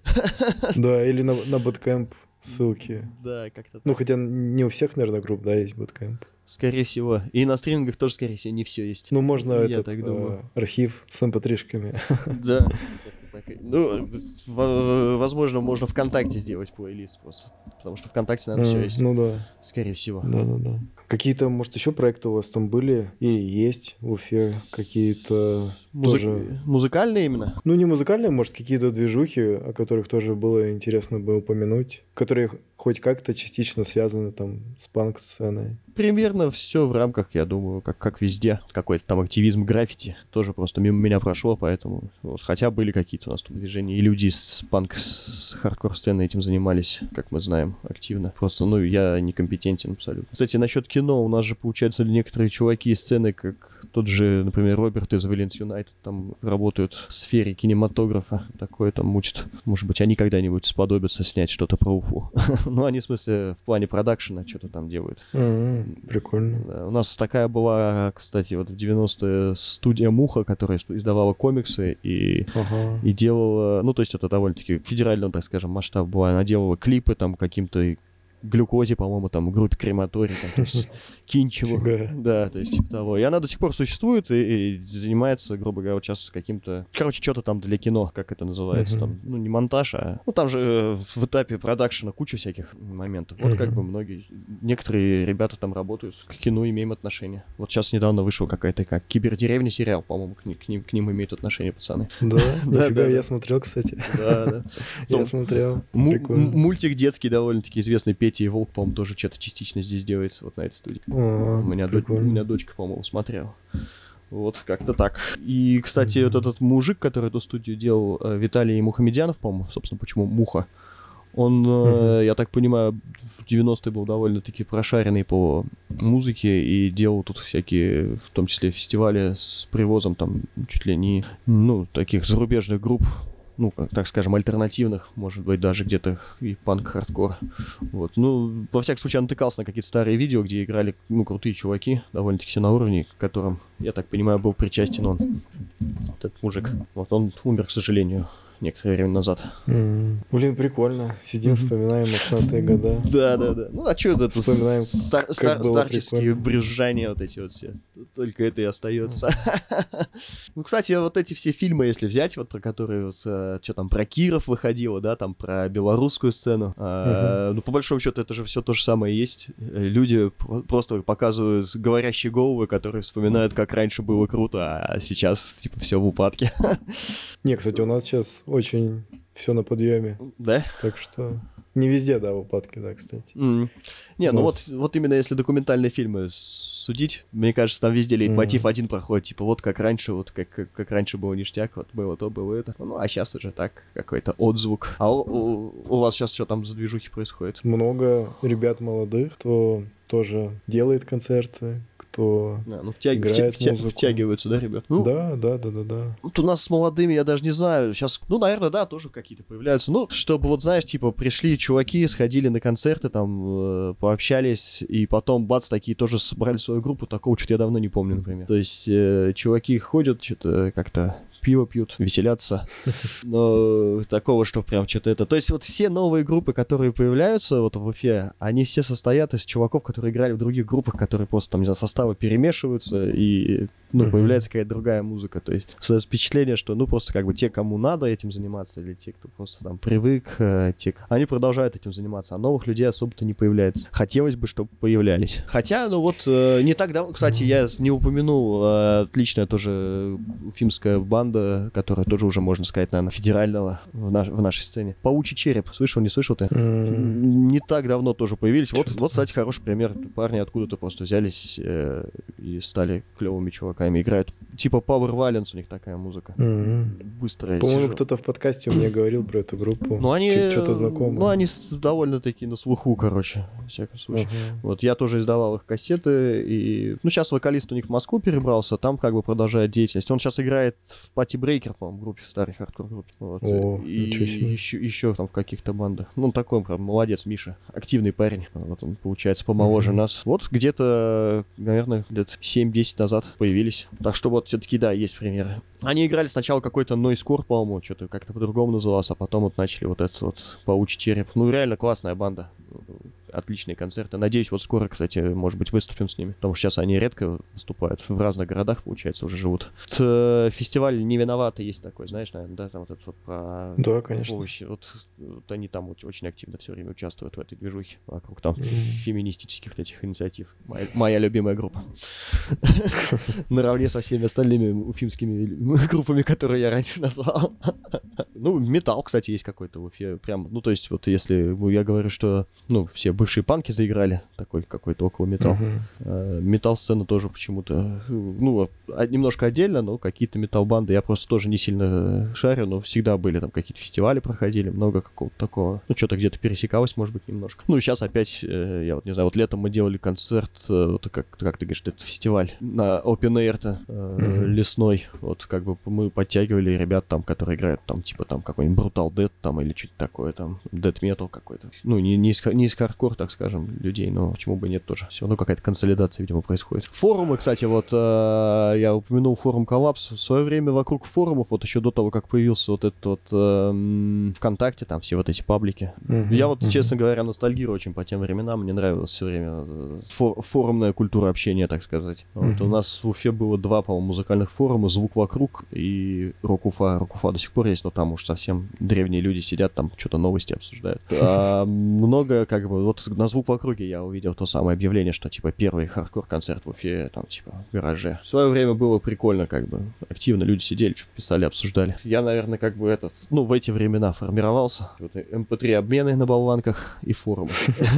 Да, или на, на Bootcamp ссылки. Да, как-то Ну, так. хотя не у всех, наверное, групп, да, есть Bootcamp. Скорее всего. И на стримингах тоже, скорее всего, не все есть. Ну, можно Я этот так э, думаю. архив с эм пэ три-шками. Да. как-то так и- Ну, в- возможно, можно ВКонтакте сделать плейлист просто. Потому что ВКонтакте, наверное, все М, есть. Ну да, Скорее всего. да, да, да. Какие-то, может, еще проекты у вас там были или есть в Уфе? Какие-то Музы- тоже... Музыкальные именно? Ну, не музыкальные, может, какие-то движухи, о которых тоже было интересно бы упомянуть, которые хоть как-то частично связаны там с панк-сценой. Примерно все в рамках, я думаю, как, как везде. Какой-то там активизм граффити тоже просто мимо меня прошло, поэтому вот, хотя были какие-то у нас тут движения, и люди с панк, с хардкор-сцены этим занимались, как мы знаем, активно. Просто, ну, я некомпетентен абсолютно. Кстати, насчет кино, у нас же, получается, некоторые чуваки из сцены, как тот же, например, Роберт из Valiant United, там работают в сфере кинематографа, такое там мучат. Может быть, они когда-нибудь сподобятся снять что-то про Уфу. Ну, они, в смысле, в плане продакшена что-то там делают. М, Прикольно. Да, у нас такая была, кстати, вот в девяностые студия «Муха», которая издавала комиксы и, Ага. и делала... Ну, то есть это довольно-таки федерального, так скажем, масштаба была. Она делала клипы там каким-то Глюкозе, по-моему, там, группе Крематорий, там, то есть Кинчеву. Фига. Да, то есть типа того. И она до сих пор существует и, и занимается, грубо говоря, вот сейчас каким-то... Короче, что-то там для кино, как это называется, Мгм. там, ну, не монтаж, а... Ну, там же э, в этапе продакшена куча всяких моментов. Вот как Мгм. бы многие... Некоторые ребята там работают, к кино имеем отношение. Вот сейчас недавно вышел какая-то, как Кибердеревня сериал, по-моему, к, ни- к ним, к ним имеют отношение пацаны. Да, Да, нифига, да, я да. смотрел, кстати. Да, да. Я Ну, смотрел. Му- Прикольно. м- мультик детский довольно-таки известный, Петя и Волк, по-моему, тоже что-то частично здесь делается вот на этой студии. О, У меня, дочь, у прикольно. меня дочка, по-моему, смотрела. Вот, как-то так. И, кстати, Мгм. вот этот мужик, который эту студию делал, э, Виталий Мухамедянов, по-моему, собственно, почему Муха, он, э, Мгм. я так понимаю, в девяностые был довольно-таки прошаренный по музыке и делал тут всякие, в том числе, фестивали с привозом там чуть ли не, ну, таких зарубежных групп, ну, как, так скажем, альтернативных, может быть, даже где-то и панк-хардкор. Вот. Ну, во всяком случае, я натыкался на какие-то старые видео, где играли, ну, крутые чуваки, довольно-таки все на уровне, к которым, я так понимаю, был причастен он, этот мужик. Вот он умер, к сожалению, некоторое время назад. М. Блин, прикольно. Сидим, Мгм. вспоминаем мохнатые года. Да, да, да. Ну, а что это? Вспоминаем, стар- как стар- было старческие прикольно. брюзжания вот эти вот все. Только это и остается. Ну, кстати, вот эти все фильмы, если взять, вот про которые вот, что там, про Киров выходило, да, там про белорусскую сцену. а, Ну, по большому счету, это же все то же самое есть. Э, Люди про- просто показывают говорящие головы, которые вспоминают, как раньше было круто, а сейчас, типа, все в упадке. Не, кстати, у нас сейчас очень все на подъеме. Да? Так что Не везде, да, в упадке, да, кстати. Mm. Не, ну Нас- вот, вот именно если документальные фильмы судить, мне кажется, там везде лейтмотив Мгм. один проходит, типа вот как раньше, вот как, как, как раньше был ништяк, вот было то, было это. Ну, а сейчас уже так, какой-то отзвук. А у, у- у вас сейчас что там за движухи происходит? Много ребят молодых, кто тоже делает концерты, кто... Да, ну, втяг- играет втя- втя- музыку. втягиваются, да, ребят? Ну, Да, да, да, да, да. вот у нас с молодыми, я даже не знаю, сейчас, ну, наверное, да, тоже какие-то появляются. Ну, чтобы вот, знаешь, типа, пришли чуваки, сходили на концерты, там, э, пообщались, и потом, бац, такие тоже собрали свою группу, такого что-то я давно не помню, например. То есть, э, чуваки ходят, что-то как-то пиво пьют, веселятся, но такого, что прям что-то это... То есть вот все новые группы, которые появляются вот в Уфе, они все состоят из чуваков, которые играли в других группах, которые просто там, не знаю, составы перемешиваются, и, ну, Мгм. появляется какая-то другая музыка. То есть создается впечатление, что, ну, просто как бы те, кому надо этим заниматься, или те, кто просто там привык, э, те, они продолжают этим заниматься, а новых людей особо-то не появляется. Хотелось бы, чтобы появлялись. Хотя, ну вот, э, не так давно, кстати, я не упомянул, э, отличная тоже уфимская банда, которая тоже уже, можно сказать, наверное, федерального в, наш- в нашей сцене. Паучий череп. Слышал, не слышал ты? М, Не так давно тоже появились. Вот, Чё-то вот, кстати, хороший пример. Парни откуда-то просто взялись э, и стали клевыми чуваками. Играют типа Power Violence, у них такая музыка. м. Быстрая, По-моему, тяжелая. кто-то в подкасте у меня говорил про эту группу. Ну, они... Что-то знакомое. Ну, они с- довольно-таки на слуху, короче, во всяком случае. Ага. Вот, я тоже издавал их кассеты, и... Ну, сейчас вокалист у них в Москву перебрался, там как бы продолжает деятельность. Он сейчас играет в Пати Брейкер, по-моему, группе, старой хардкор-группе. Вот. О, и ничего себе. еще, еще там в каких-то бандах. Ну, он такой, прям, молодец, Миша. Активный парень. Вот он, получается, помоложе Мгм. нас. Вот где-то, наверное, лет семь-десять назад появились. Так что вот все-таки, да, есть примеры. Они играли сначала какой-то Noise-Core, по-моему, что-то как-то по-другому назывался, а потом вот начали вот этот вот Паучий череп. Ну, реально классная банда. Отличные концерты. Надеюсь, вот скоро, кстати, может быть, выступим с ними. Потому что сейчас они редко выступают. В разных городах, получается, уже живут. Вот, э, фестиваль «Не виноваты» есть такой, знаешь, наверное, да? Там вот этот вот про Да, конечно. овощи. Вот, вот они там вот очень активно все время участвуют в этой движухе. Вокруг там Мгм. феминистических вот этих инициатив. Моя, моя любимая группа. Наравне со всеми остальными уфимскими группами, которые я раньше назвал. Ну, металл, кстати, есть какой-то в Уфе. Прям, ну, то есть, вот если я говорю, что, ну, все бывшие панки заиграли, такой какой-то около металл. Мгм. Э, Металл-сцена тоже почему-то, ну, а- немножко отдельно, но какие-то металл-банды я просто тоже не сильно шарю, но всегда были там какие-то фестивали проходили, много какого-то такого. Ну, что-то где-то пересекалось, может быть, немножко. Ну, и сейчас опять, э, я вот не знаю, вот летом мы делали концерт, э, вот как, как ты говоришь, это фестиваль на Open Air-то, э, Мгм. лесной. Вот как бы мы подтягивали ребят там, которые играют там, типа там какой-нибудь Brutal Death там или что-то такое там, Death Metal какой-то. Ну, не, не, из, ха- не из хардкор, так скажем, людей, но почему бы нет тоже. Все равно какая-то консолидация, видимо, происходит. Форумы, кстати, вот э, я упомянул форум Коллапс. В свое время вокруг форумов, вот еще до того, как появился вот этот вот эм, ВКонтакте, там все вот эти паблики. Мгм. Я вот, Мгм. честно говоря, ностальгирую очень по тем временам. Мне нравилась все время э, фор- форумная культура общения, так сказать. Вот Мгм. у нас в Уфе было два, по-моему, музыкальных форума: «Звук вокруг» и «Рок-Уфа». «Рок-Уфа» до сих пор есть, но там уж совсем древние люди сидят, там что-то новости обсуждают. А много, как бы, вот на «Звук в округе» я увидел то самое объявление, что, типа, первый хардкор-концерт в Уфе, там, типа, в гараже. В свое время было прикольно, как бы, активно люди сидели, что-то писали, обсуждали. Я, наверное, как бы этот, ну, в эти времена формировался. Вот эм пэ три обмены на болванках и форумы.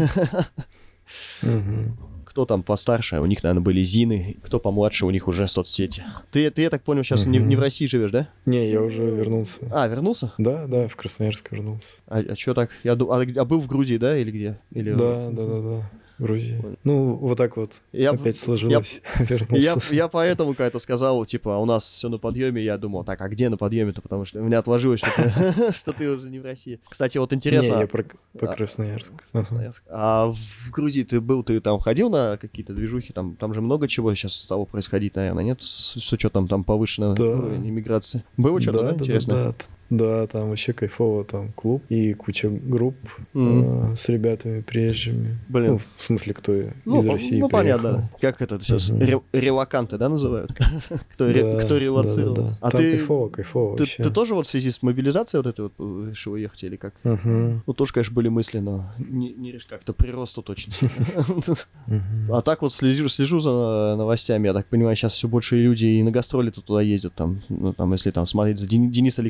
Мгм. Кто там постарше, у них, наверное, были зины, кто помладше, у них уже соцсети. Ты, ты я так понял, сейчас не, не в России живешь, да? Не, я уже вернулся. А, вернулся? Да, да, в Красноярск вернулся. А, а что так? Я, ду- а, а был в Грузии, да, или где? Или... Да, да, да, да. Грузии. Понял. Ну, вот так вот. Я, Опять сложилось. я, Вернулся. я поэтому как-то сказал, типа, у нас все на подъеме. Я думал, так, а где на подъеме-то? Потому что у меня отложилось, что ты, что ты уже не в России. Кстати, вот интересно. Не, я про, про А, Красноярск. Ага. Красноярск. А в Грузии ты был, ты там ходил на какие-то движухи? Там, там же много чего сейчас стало происходить, наверное, нет? С, с учетом там повышенного Да. уровня иммиграции. Было что-то, да, Да, да, интересно? да, да. Да, там вообще кайфово, там клуб и куча групп Мгм. э, с ребятами приезжими. Блин. Ну, в смысле, кто Ну, из России ну приехал. понятно. Как это сейчас? Мгм. Ре- релоканты, да, называют? кто, ре- Да, кто релоцировал? да, да, да. А Там ты, кайфово, кайфово ты, вообще. ты тоже вот в связи с мобилизацией вот этой вот э, решил уехать или как? Мгм, Ну, тоже, конечно, были мысли, но не, не реш- как-то прирост тут очень сильно. мгм. А так вот слежу, слежу за новостями, я так понимаю, сейчас все больше люди и на гастроли туда ездят, там, ну, там, если там смотреть за Дени- Денис Алексеев вообще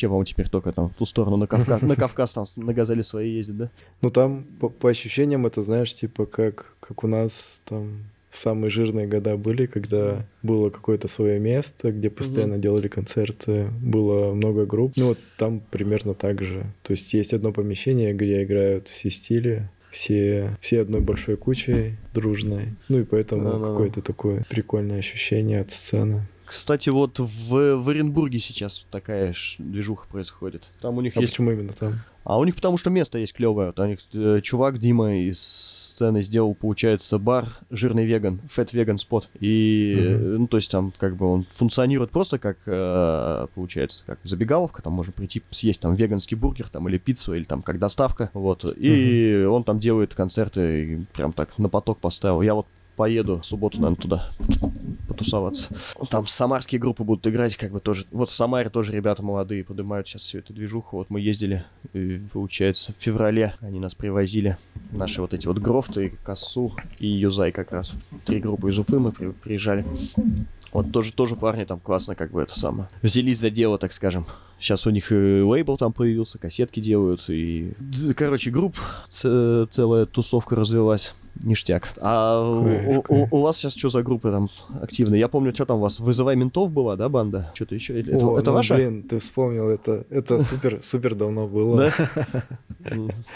по-моему, теперь только там в ту сторону, на Кавказ, на Кавказ там на «Газели» свои ездят, да? Ну, там, по, по ощущениям, это, знаешь, типа, как, как у нас там в самые жирные года были, когда было какое-то свое место, где постоянно mm-hmm. делали концерты, было много групп. Ну, вот там примерно так же. То есть есть одно помещение, где играют все стили, все, все одной большой кучей дружной. Ну, и поэтому no, no, no. какое-то такое прикольное ощущение от сцены. Кстати, вот в, в Оренбурге сейчас такая ж движуха происходит. Там у них а есть... почему именно там? А у них потому что место есть клевое. Вот у них э, чувак Дима из сцены сделал, получается, бар жирный веган, Fat Vegan Spot. И, uh-huh. ну, то есть там как бы он функционирует просто как, э, получается, как забегаловка. Там можно прийти съесть там веганский бургер там, или пиццу, или там как доставка. Вот. И uh-huh. он там делает концерты, и прям так на поток поставил. Я вот поеду в субботу, наверное, туда потусоваться. Там самарские группы будут играть, как бы тоже. Вот в Самаре тоже ребята молодые поднимают сейчас всю эту движуху. Вот мы ездили, и, получается, в феврале они нас привозили. Наши вот эти вот Грофты, Косу и Юзай как раз. Три группы из Уфы мы при, приезжали. Вот тоже, тоже парни там классно как бы это самое. Взялись за дело, так скажем. Сейчас у них и лейбл там появился, кассетки делают. И, короче, групп ц- целая тусовка развилась. Ништяк. А у, у, у вас сейчас что за группы там активные? Я помню, что там у вас «Вызывай ментов» была, да, банда? Что-то еще? Это, О, это ну, ваша? Блин, ты вспомнил, это, это супер, супер давно было. Да?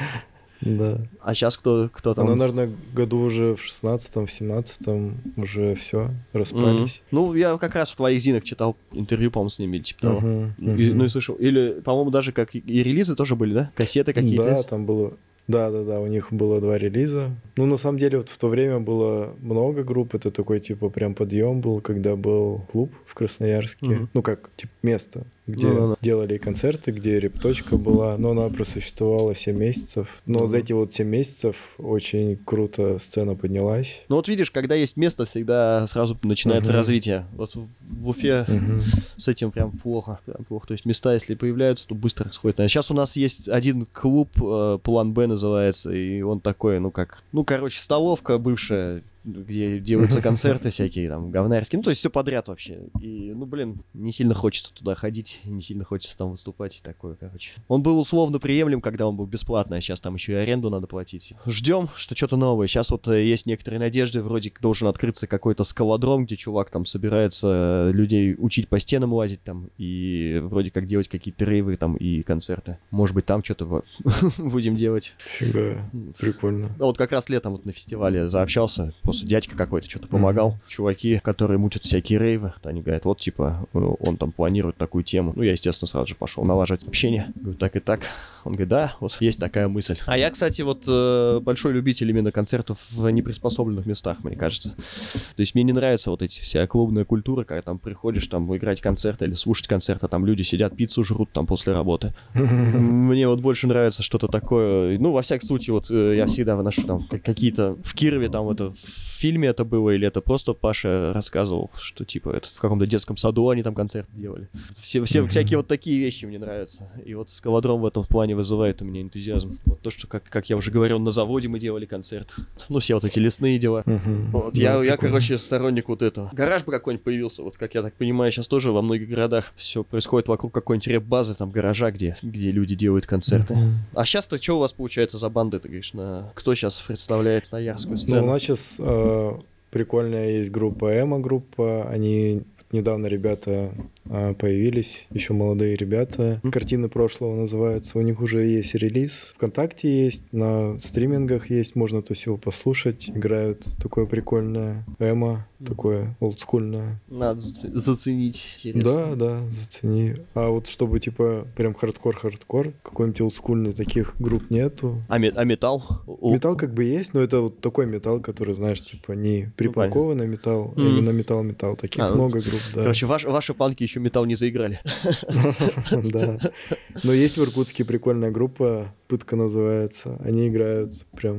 Да. А сейчас кто, кто там? Ну, наверное, году уже в шестнадцатом, в семнадцатом уже все, распались. Mm-hmm. Ну, я как раз в твоих зинах читал интервью, по-моему, с ними, типа того. Uh-huh, uh-huh. И, ну и слышал. Или, по-моему, даже как и релизы тоже были, да? Кассеты какие-то? Да, там было... Да-да-да, у них было два релиза. Ну, на самом деле, вот в то время было много групп. Это такой, типа, прям подъем был, когда был клуб в Красноярске. Mm-hmm. Ну, как, типа, место, где mm-hmm. делали концерты, где репточка была. Но она просуществовала семь месяцев. Но mm-hmm. за эти вот семь месяцев очень круто сцена поднялась. Ну, вот видишь, когда есть место, всегда сразу начинается mm-hmm. развитие. Вот в Уфе mm-hmm. с этим прям плохо. Прям плохо. То есть места, если появляются, то быстро сходит. Сейчас у нас есть один клуб, План Б называется, и он такой, ну как, ну короче, столовка бывшая, где делаются концерты всякие, там, говнарские, ну то есть все подряд вообще. И, ну блин, не сильно хочется туда ходить, не сильно хочется там выступать и такое, короче. Он был условно приемлем, когда он был бесплатный, а сейчас там еще и аренду надо платить. Ждем, что что-то новое. Сейчас вот есть некоторые надежды, вроде должен открыться какой-то скалодром, где чувак там собирается людей учить по стенам лазить там, и вроде как делать какие-то рейвы там и концерты. Может быть, там что-то будем делать. Фига, прикольно. А вот как раз летом вот на фестивале заобщался, просто дядька какой-то что-то помогал. Mm-hmm. Чуваки, которые мутят всякие рейвы, они говорят, вот типа, он там планирует такую тему. Ну, я, естественно, сразу же пошел налаживать общение. Говорю, так и так. Он говорит, да, вот есть такая мысль. А я, кстати, вот э, большой любитель именно концертов в неприспособленных местах, мне кажется. То есть мне не нравится вот эти вся клубная культура, когда там приходишь там играть концерты или слушать концерты, там люди сидят, пиццу жрут там после работы. Мне вот больше нравится что-то такое. Ну, во всяком случае, вот я всегда выношу там какие-то... В Кирове там это... В фильме это было, или это просто Паша рассказывал, что типа это в каком-то детском саду они там концерты делали. Все, все mm-hmm. всякие вот такие вещи мне нравятся. И вот скалодром в этом плане вызывает у меня энтузиазм. Вот то, что, как, как я уже говорил, на заводе мы делали концерт. Ну, все вот эти лесные дела. Mm-hmm. Вот, yeah, я, я, короче, сторонник вот этого. Гараж бы какой-нибудь появился, вот как я так понимаю, сейчас тоже во многих городах все происходит вокруг какой-нибудь рэп-базы, там, гаража, где, где люди делают концерты. Mm-hmm. А сейчас-то что у вас получается за банды, ты говоришь, на... кто сейчас представляет ноярскую сцену? Ну, у нас сейчас... Прикольная есть группа Эмо-группа, они недавно ребята а, появились, еще молодые ребята. «Картины прошлого» называется, у них уже есть релиз. ВКонтакте есть, на стримингах есть, можно то есть его послушать. Играют такое прикольное эмо, такое олдскульное. Надо заценить. Да, Интересно. да, зацени. А вот чтобы типа прям хардкор-хардкор, какой-нибудь олдскульный, таких групп нету. А, ме- а металл? Металл как бы есть, но это вот такой металл, который, знаешь, типа не припанкованный ну, металл, а mm. именно металл-металл. Таких а, много групп, да. Короче, ваш, ваши панки еще металл не заиграли. Да. Но есть в Иркутске прикольная группа, «Пытка» называется. Они играют прям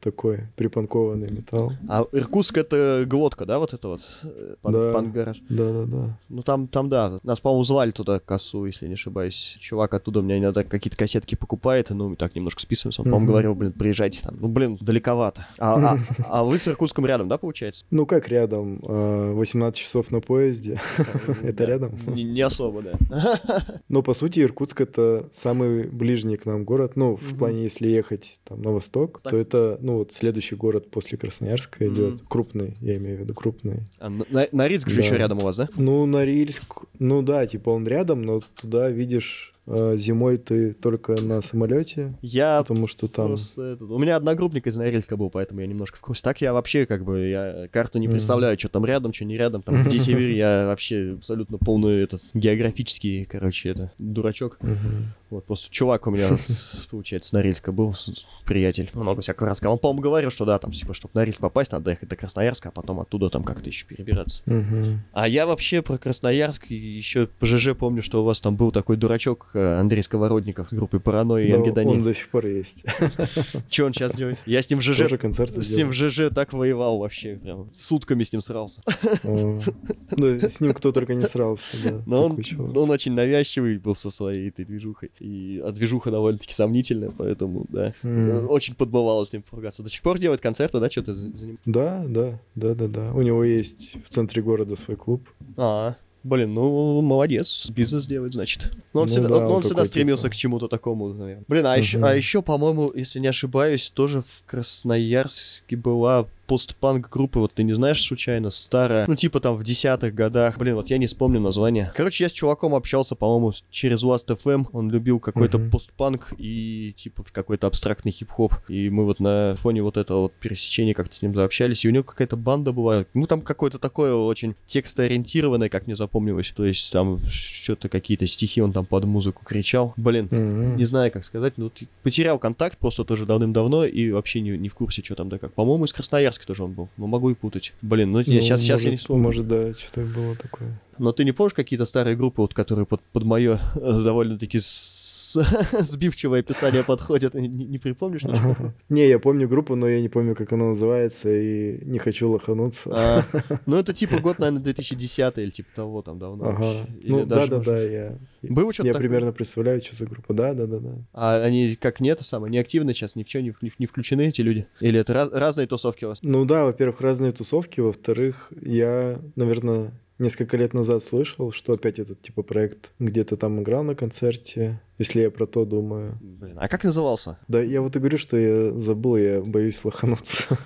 такой припанкованный металл. А Иркутск — это глотка, да, вот это вот? Пан- Да. Панк-гараж. Да-да-да. Ну там, там, да. Нас, по-моему, звали туда косу, если не ошибаюсь. Чувак оттуда у меня иногда какие-то кассетки покупает, и, ну, мы так немножко списываемся. Он, по-моему, Мгм. говорил, блин, приезжайте там. Ну, блин, далековато. А, а, а вы с Иркутском рядом, да, получается? Ну, как рядом? А, восемнадцать часов на поезде. Это Да. рядом? Не, не особо, да. Но, по сути, Иркутск — это самый ближний к нам город. Ну, в Мгм. плане, если ехать там на восток, Так. то это, ну, вот следующий город после Красноярска Мгм. идет. Крупный, я имею в виду, крупный. А на- на- Норильск же Да. еще рядом у вас, да? Ну, Норильск, ну да, типа он рядом, но туда, видишь, э, зимой ты только на самолете, Я потому что там... просто это- У меня одногруппник из Норильска был, поэтому я немножко в курсе. Так я вообще как бы я карту не Мгм. представляю, что там рядом, что не рядом. Там где Сибирь, я вообще абсолютно полный этот географический, короче, это дурачок. Мгм. Вот просто чувак у меня, с- получается, с Норильска был, с- приятель. Много всякого рассказал. Он, по-моему, говорил, что да, там, типа, чтобы в Норильск попасть, надо ехать до Красноярска, а потом оттуда там как-то еще перебираться. Мгм. А я вообще про Красноярск еще по ЖЖ помню, что у вас там был такой дурачок э, Андрей Сковородников с группой «Паранойя» и Да, «Ангедонит». он до сих пор есть. Что он сейчас делает? Я с ним в ЖЖ... Тоже концерты С ним в делает. ЖЖ так воевал вообще, прям сутками с ним срался. О, да, с ним кто только не срался, да. Но он, такой чувак. он очень навязчивый был со своей этой движухой. И, а движуха довольно-таки сомнительная, поэтому, да, М. очень подбывало с ним поругаться. До сих пор делает концерты, да, что-то за, за ним? Да, да, да, да, да. У него есть в центре города свой клуб. А, блин, ну, молодец, бизнес делает, значит. Но он Ну всегда, да, он, он он всегда такой, стремился типа- к чему-то такому, наверное. Блин, а еще, Мгм. а еще, по-моему, если не ошибаюсь, тоже в Красноярске была постпанк-группа, вот ты не знаешь случайно, старая, ну типа там в десятых годах, блин, вот я не вспомню название. Короче, я с чуваком общался, по-моему, через Last эф эм, он любил какой-то Мгм. постпанк и типа какой-то абстрактный хип-хоп, и мы вот на фоне вот этого вот пересечения как-то с ним заобщались, и у него какая-то банда была, ну там какое-то такое очень текстоориентированное, как мне запомнилось, то есть там что-то какие-то стихи он там под музыку кричал, блин, Мгм. не знаю, как сказать, ну, ты потерял контакт просто тоже давным-давно и вообще не, не в курсе, что там да как. По-моему, из Красноярска тоже он был, но могу и путать. Блин, ну, я, Ну, сейчас, сейчас я не может- вспомню. Может, да, что-то было такое. Но ты не помнишь какие-то старые группы, вот, которые под, под мое э, довольно-таки с- сбивчивое описание подходят? Не, не припомнишь ничего такого? Не, я помню группу, но я не помню, как она называется, и не хочу лохануться. А, ну, это типа год, наверное, две тысячи десятый или типа того, там давно. Ага. вообще. Или Ну, даже, да-да-да, может, я... Было что-то Я такое? примерно представляю, что за группа. Да-да-да-да. А они как нет, самое, не активны сейчас, ни в чем не, в- не включены эти люди? Или это раз- разные тусовки у вас? Ну да, во-первых, разные тусовки, во-вторых, я, наверное, несколько лет назад слышал, что опять этот типа проект где-то там играл на концерте, если я про то думаю. Блин, а как назывался? Да, я вот и говорю, что я забыл, я боюсь лохануться.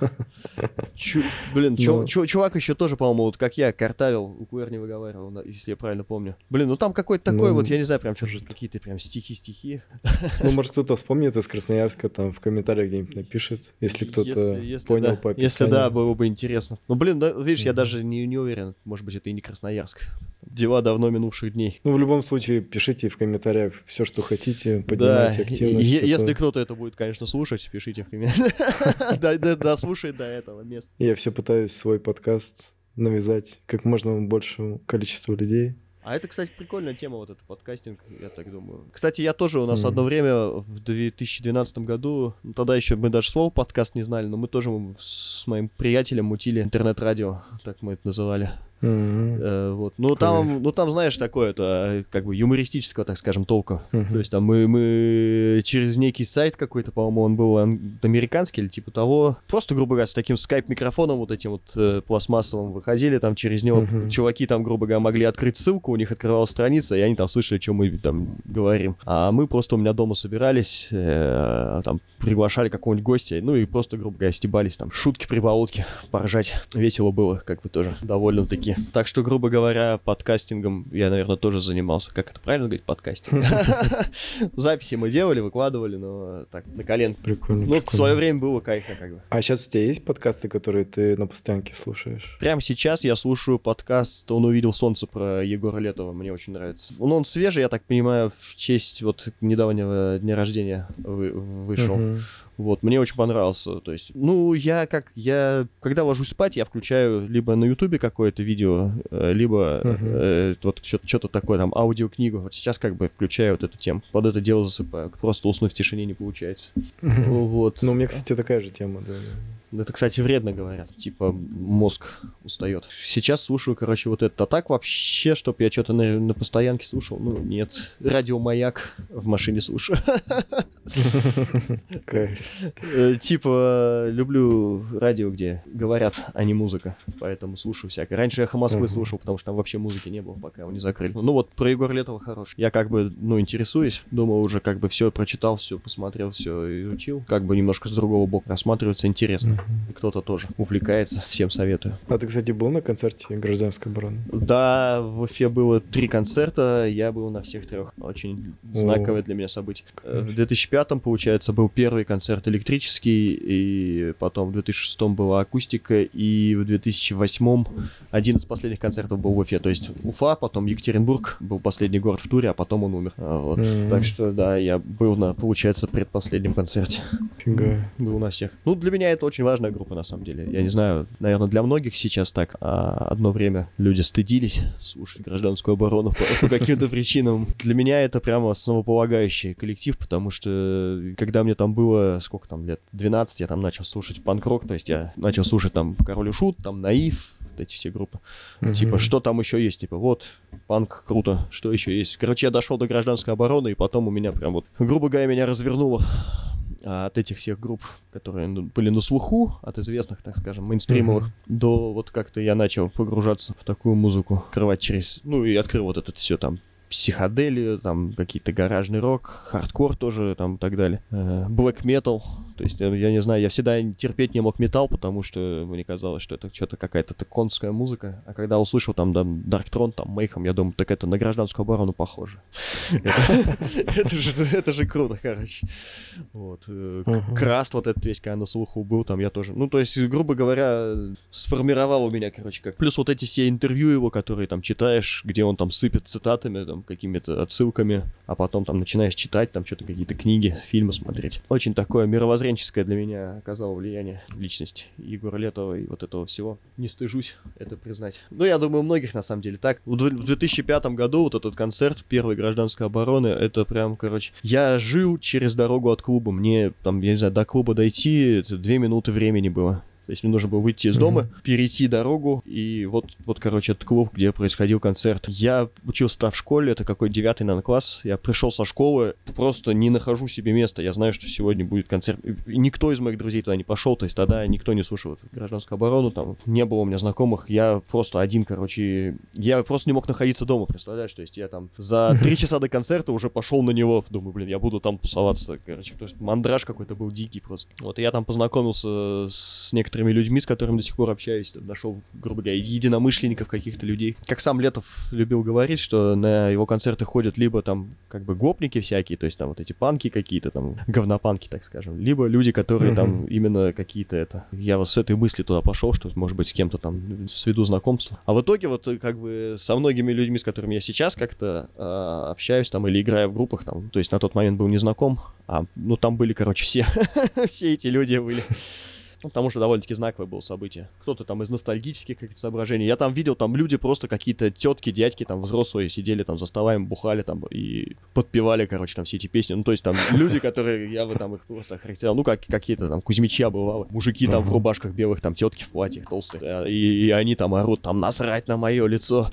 Чу- блин, чу- Но- чу- чувак еще тоже, по-моему, вот как я, картавил, у Куэр не выговаривал, на- если я правильно помню. Блин, ну там какой-то такой Ну, вот, я не знаю, прям что-то, какие-то прям стихи-стихи. Ну, может, кто-то вспомнит из Красноярска, там в комментариях где-нибудь напишет, если кто-то Если- если понял да. по Если описанию. да, было бы интересно. Ну, блин, да, видишь, я Мгм. даже не, не уверен, может быть, это и не Красноярск. Дела давно минувших дней. Ну, в любом случае, пишите в комментариях все, что хотите, Да, поднимайте и- активность. и- а то если кто-то это будет, конечно, слушать, пишите в комментариях. Да, да, дослушай до этого места. Я все пытаюсь свой подкаст навязать как можно большему количеству людей. А это, кстати, прикольная тема, вот этот подкастинг, я так думаю. Кстати, я тоже у нас Мгм. одно время, в две тысячи двенадцатом году, ну, тогда еще мы даже слово подкаст не знали, но мы тоже с моим приятелем мутили интернет-радио, так мы это называли. Мгм. Э, вот. Ну, Кайф. там, ну, там, знаешь, такое это как бы юмористического, так скажем, толка. Мгм. То есть там мы, мы через некий сайт какой-то, по-моему, он был ан- американский или типа того, просто, грубо говоря, с таким скайп-микрофоном вот этим вот э, пластмассовым выходили, там через него Мгм. чуваки там, грубо говоря, могли открыть ссылку, у них открывалась страница, и они там слышали, что мы там говорим. А мы просто у меня дома собирались, э, там приглашали какого-нибудь гостя, ну и просто, грубо говоря, стебались там, шутки, прибаутки, поржать. Весело было, как бы тоже, довольно-таки. Так что, грубо говоря, подкастингом я, наверное, тоже занимался. Как это правильно говорить, подкастинг? Записи мы делали, выкладывали, но так, на коленке. Прикольно. Ну, в прикольно. свое время было кайфно, как бы. А сейчас у тебя есть подкасты, которые ты на постоянке слушаешь? Прямо сейчас я слушаю подкаст «Он увидел солнце» про Егора Летова, мне очень нравится. Ну, он свежий, я так понимаю, в честь вот недавнего дня рождения вы- вышел. Мгм. Вот, мне очень понравился. То есть, ну, я как, я, когда ложусь спать, я включаю либо на Ютубе какое-то видео, либо uh-huh. э, вот что-то, что-то такое, там, аудиокнигу. Вот сейчас как бы включаю вот эту тему, под это дело засыпаю. Просто уснуть в тишине не получается. Uh-huh. Вот. Ну, у меня, кстати, такая же тема, да. Это, кстати, вредно, говорят. Типа, мозг устает. Сейчас слушаю, короче, вот это. А так вообще, чтоб я что-то на, на постоянке слушал, ну, нет. Радио «Маяк» в машине слушаю. Типа, люблю радио, где говорят, а не музыка. Поэтому слушаю всякое. Раньше «Эхо Москвы» слушал, потому что там вообще музыки не было, пока его не закрыли. Ну вот, про Егора Летова хороший. Я как бы, ну, интересуюсь. Думаю, уже как бы все прочитал, все посмотрел, все изучил. Как бы немножко с другого бока рассматривается, интересно. И кто-то тоже увлекается, всем советую. А ты, кстати, был на концерте «Гражданской обороны»? Да, в Уфе было три концерта, я был на всех трех. Очень знаковое О. для меня событие. В две тысячи пятом, получается, был первый концерт электрический, и потом в две тысячи шестом была акустика, и в две тысячи восьмом один из последних концертов был в Уфе. То есть Уфа, потом Екатеринбург был последний город в туре, а потом он умер. Вот. Mm-hmm. Так что, да, я был на, получается, предпоследнем концерте. Фига. Был на всех. Ну, для меня это очень важная группа, на самом деле. Я не знаю, наверное, для многих сейчас так. А одно время люди стыдились слушать «Гражданскую оборону» по, по каким-то причинам. Для меня это прямо основополагающий коллектив, потому что когда мне там было, сколько там лет, двенадцать, я там начал слушать панк-рок, то есть я начал слушать там «Король и Шут», там «Наив», вот эти все группы. Mm-hmm. Типа, что там еще есть? Типа, вот, панк, круто, что еще есть? Короче, я дошел до «Гражданской обороны», и потом у меня прям вот, грубо говоря, меня развернуло от этих всех групп, которые ну, были на слуху, от известных, так скажем, мейнстримовых, mm-hmm. до вот как-то я начал погружаться в такую музыку, открывать через... Ну, и открыл вот это все там, психоделию, там, какие-то гаражный рок, хардкор тоже, там, и так далее. Black metal. То есть, я не знаю, я всегда терпеть не мог металл, потому что мне казалось, что это что-то какая-то конская музыка. А когда услышал там Darkthrone, там, Mayhem, я думаю, так это на «Гражданскую оборону» похоже. Это же круто, короче. Вот. Краст вот этот весь, когда на слуху был, там я тоже... Ну, то есть, грубо говоря, сформировал у меня, короче, как... Плюс вот эти все интервью его, которые там читаешь, где он там сыпет цитатами, там, какими-то отсылками, а потом там начинаешь читать, там что-то какие-то книги, фильмы смотреть. Очень такое мировоззренческое для меня оказало влияние личность Егора Летова и вот этого всего. Не стыжусь это признать. Ну, я думаю, у многих на самом деле так. В две тысячи пятом году вот этот концерт первой «Гражданской обороны», это прям, короче... Я жил через дорогу от клуба. Мне там, я не знаю, до клуба дойти, это две минуты времени было. То есть мне нужно было выйти из дома, mm-hmm. перейти дорогу, и вот, вот, короче, этот клуб, где происходил концерт. Я учился там в школе, это какой девятый, наверное, класс. Я пришел со школы, просто не нахожу себе места. Я знаю, что сегодня будет концерт. И никто из моих друзей туда не пошел, то есть тогда никто не слушал «Гражданскую оборону», там не было у меня знакомых. Я просто один, короче, я просто не мог находиться дома, представляешь? То есть я там за три часа до концерта уже пошел на него. Думаю, блин, я буду там тусоваться, короче. То есть мандраж какой-то был дикий просто. Вот, и я там познакомился с некоторыми людьми, с которыми до сих пор общаюсь, нашел, грубо говоря, единомышленников каких-то людей. Как сам Летов любил говорить, что на его концерты ходят либо там как бы гопники всякие, то есть там вот эти панки какие-то, там говнопанки, так скажем, либо люди, которые uh-huh. там именно какие-то это... Я вот с этой мысли туда пошел, что, может быть, с кем-то там сведу знакомство. А в итоге вот как бы со многими людьми, с которыми я сейчас как-то э, общаюсь там или играю в группах, там, то есть на тот момент был не знаком, а ну там были, короче, все, все эти люди были. Ну, потому что довольно-таки знаковое было событие. Кто-то там из ностальгических каких-то соображений. Я там видел, там люди просто какие-то тетки, дядьки, там взрослые сидели там за столами, бухали там и подпевали, короче, там все эти песни. Ну, то есть там люди, которые, я бы там их просто охарактеризовал, ну, как какие-то там Кузьмичи бывало. Мужики там в рубашках белых, там тетки в платьях толстые. И, и они там орут, там, насрать на мое лицо.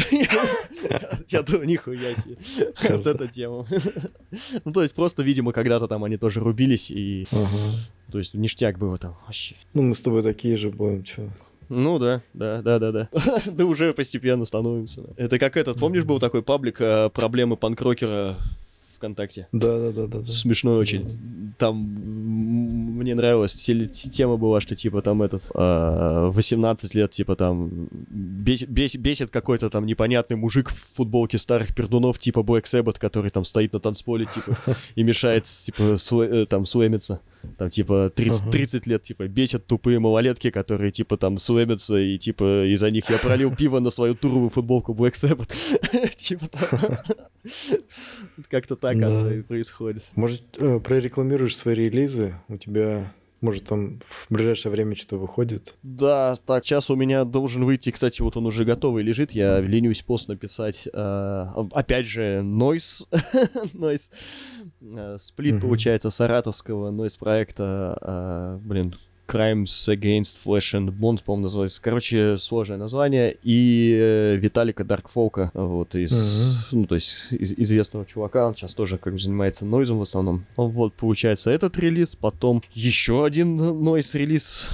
Я думаю, нихуя себе. Вот эта тема. Ну, то есть просто, видимо, когда-то там они тоже рубились и... То есть ништяк было там вообще. Ну, мы с тобой такие же будем, чё. Ну да, да, да, да, да. Да уже постепенно становимся. Это как этот, помнишь, был такой паблик «Проблемы панк-рокера» ВКонтакте? Да, да, да, да. Смешной очень. Там мне нравилась тема была, что типа там этот восемнадцать лет, типа там бесит, бесит, бесит какой-то там непонятный мужик в футболке старых пердунов, типа Black Sabbath, который там стоит на танцполе, типа, и мешает, типа, слэ, там, слэмиться. Там, типа, тридцать, uh-huh. тридцать лет, типа, бесят тупые малолетки, которые, типа, там, слэмятся, и, типа, из-за них я пролил пиво на свою туровую футболку Black Sabbath. Типа, там... Как-то так Да. оно и происходит. Может, э, прорекламируешь свои релизы? У тебя, может, там в ближайшее время что-то выходит? Да, так, сейчас у меня должен выйти, кстати, вот он уже готовый лежит, я ленюсь пост написать, э, опять же, Noise, Noise, э, сплит, Мгм. получается, саратовского Noise проекта, э, блин, Crimes Against Flesh and Bones, по-моему, называется. Короче, сложное название. И э, Виталика Даркфолка, вот, из, Мгм. ну, то есть, из известного чувака, он сейчас тоже, как бы, занимается нойзом в основном. Вот, получается, этот релиз, потом еще один нойз релиз.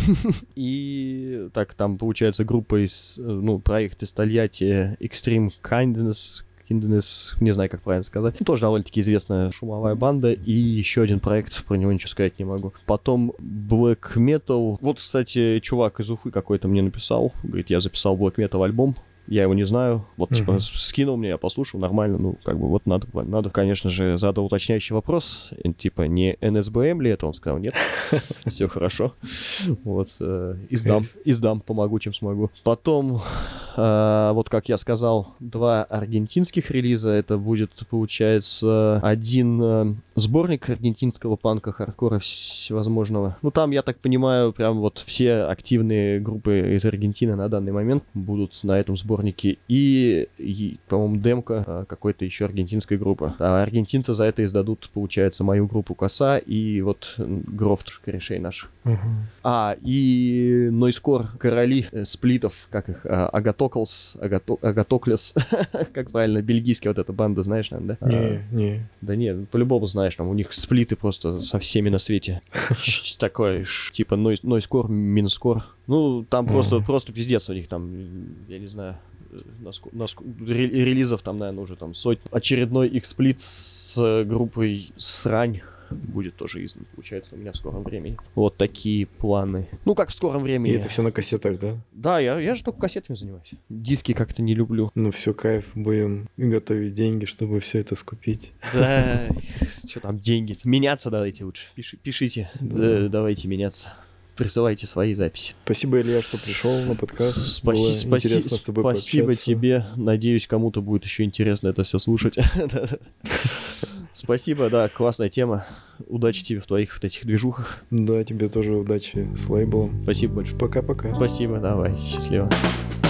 И так, там, получается, группа из, э, ну, проект из Тольятти Extreme Kindness, Kindness, не знаю, как правильно сказать. Ну, тоже довольно-таки известная шумовая банда. И еще один проект, про него ничего сказать не могу. Потом Black Metal. Вот, кстати, чувак из Уфы какой-то мне написал. Говорит, я записал Black Metal альбом. Я его не знаю. Вот, типа, Мгм. скинул мне, я послушал, нормально. Ну, как бы, вот надо, надо. Конечно же, задал уточняющий вопрос. э, Типа, не эн эс бэ эм ли это? Он сказал, нет. Все хорошо. Вот, э, издам, издам, помогу, чем смогу. Потом, э, вот как я сказал, два аргентинских релиза. Это будет, получается, один э, сборник аргентинского панка, хардкора всевозможного. Ну, там, я так понимаю, прям вот все активные группы из Аргентины на данный момент будут на этом сборнике. И, и по-моему, демка э, какой-то еще аргентинской группы. А аргентинцы за это издадут, получается, мою группу Коса и вот Грофт, корешей наш. Мгм. А, и Нойскор, короли э, сплитов, как их, а, Агатоклс, Агато- Агатоклес, как правильно, бельгийская вот эта банда, знаешь, наверное, да? Не, не. А, да нет, по-любому знаешь, там у них сплиты просто со всеми на свете. Ш- Такое, ш- типа Нойс- Нойскор, Минскор. Ну, там просто, Мгм. просто пиздец у них там, я не знаю, э, на ск- на ск- ре- релизов там, наверное, уже там сотни. Очередной их сплит с э, группой Срань будет тоже издан, получается, у меня в скором времени. Вот такие планы. Ну, как в скором И времени. это все на кассетах, да? Да, я, я же только кассетами занимаюсь. Диски как-то не люблю. Ну все, кайф, будем готовить деньги, чтобы все это скупить. Да, что там, деньги. Меняться давайте лучше. Пиши- пишите, Да. Да, давайте меняться. Присылайте свои записи. Спасибо, Илья, что пришел на подкаст. Спаси- Было спаси- интересно с тобой спасибо пообщаться. тебе. Надеюсь, кому-то будет еще интересно это все слушать. Спасибо, да, классная тема. Удачи тебе в твоих вот этих движухах. Да, тебе тоже удачи с лейблом. Спасибо большое. Пока-пока. Спасибо, давай, счастливо.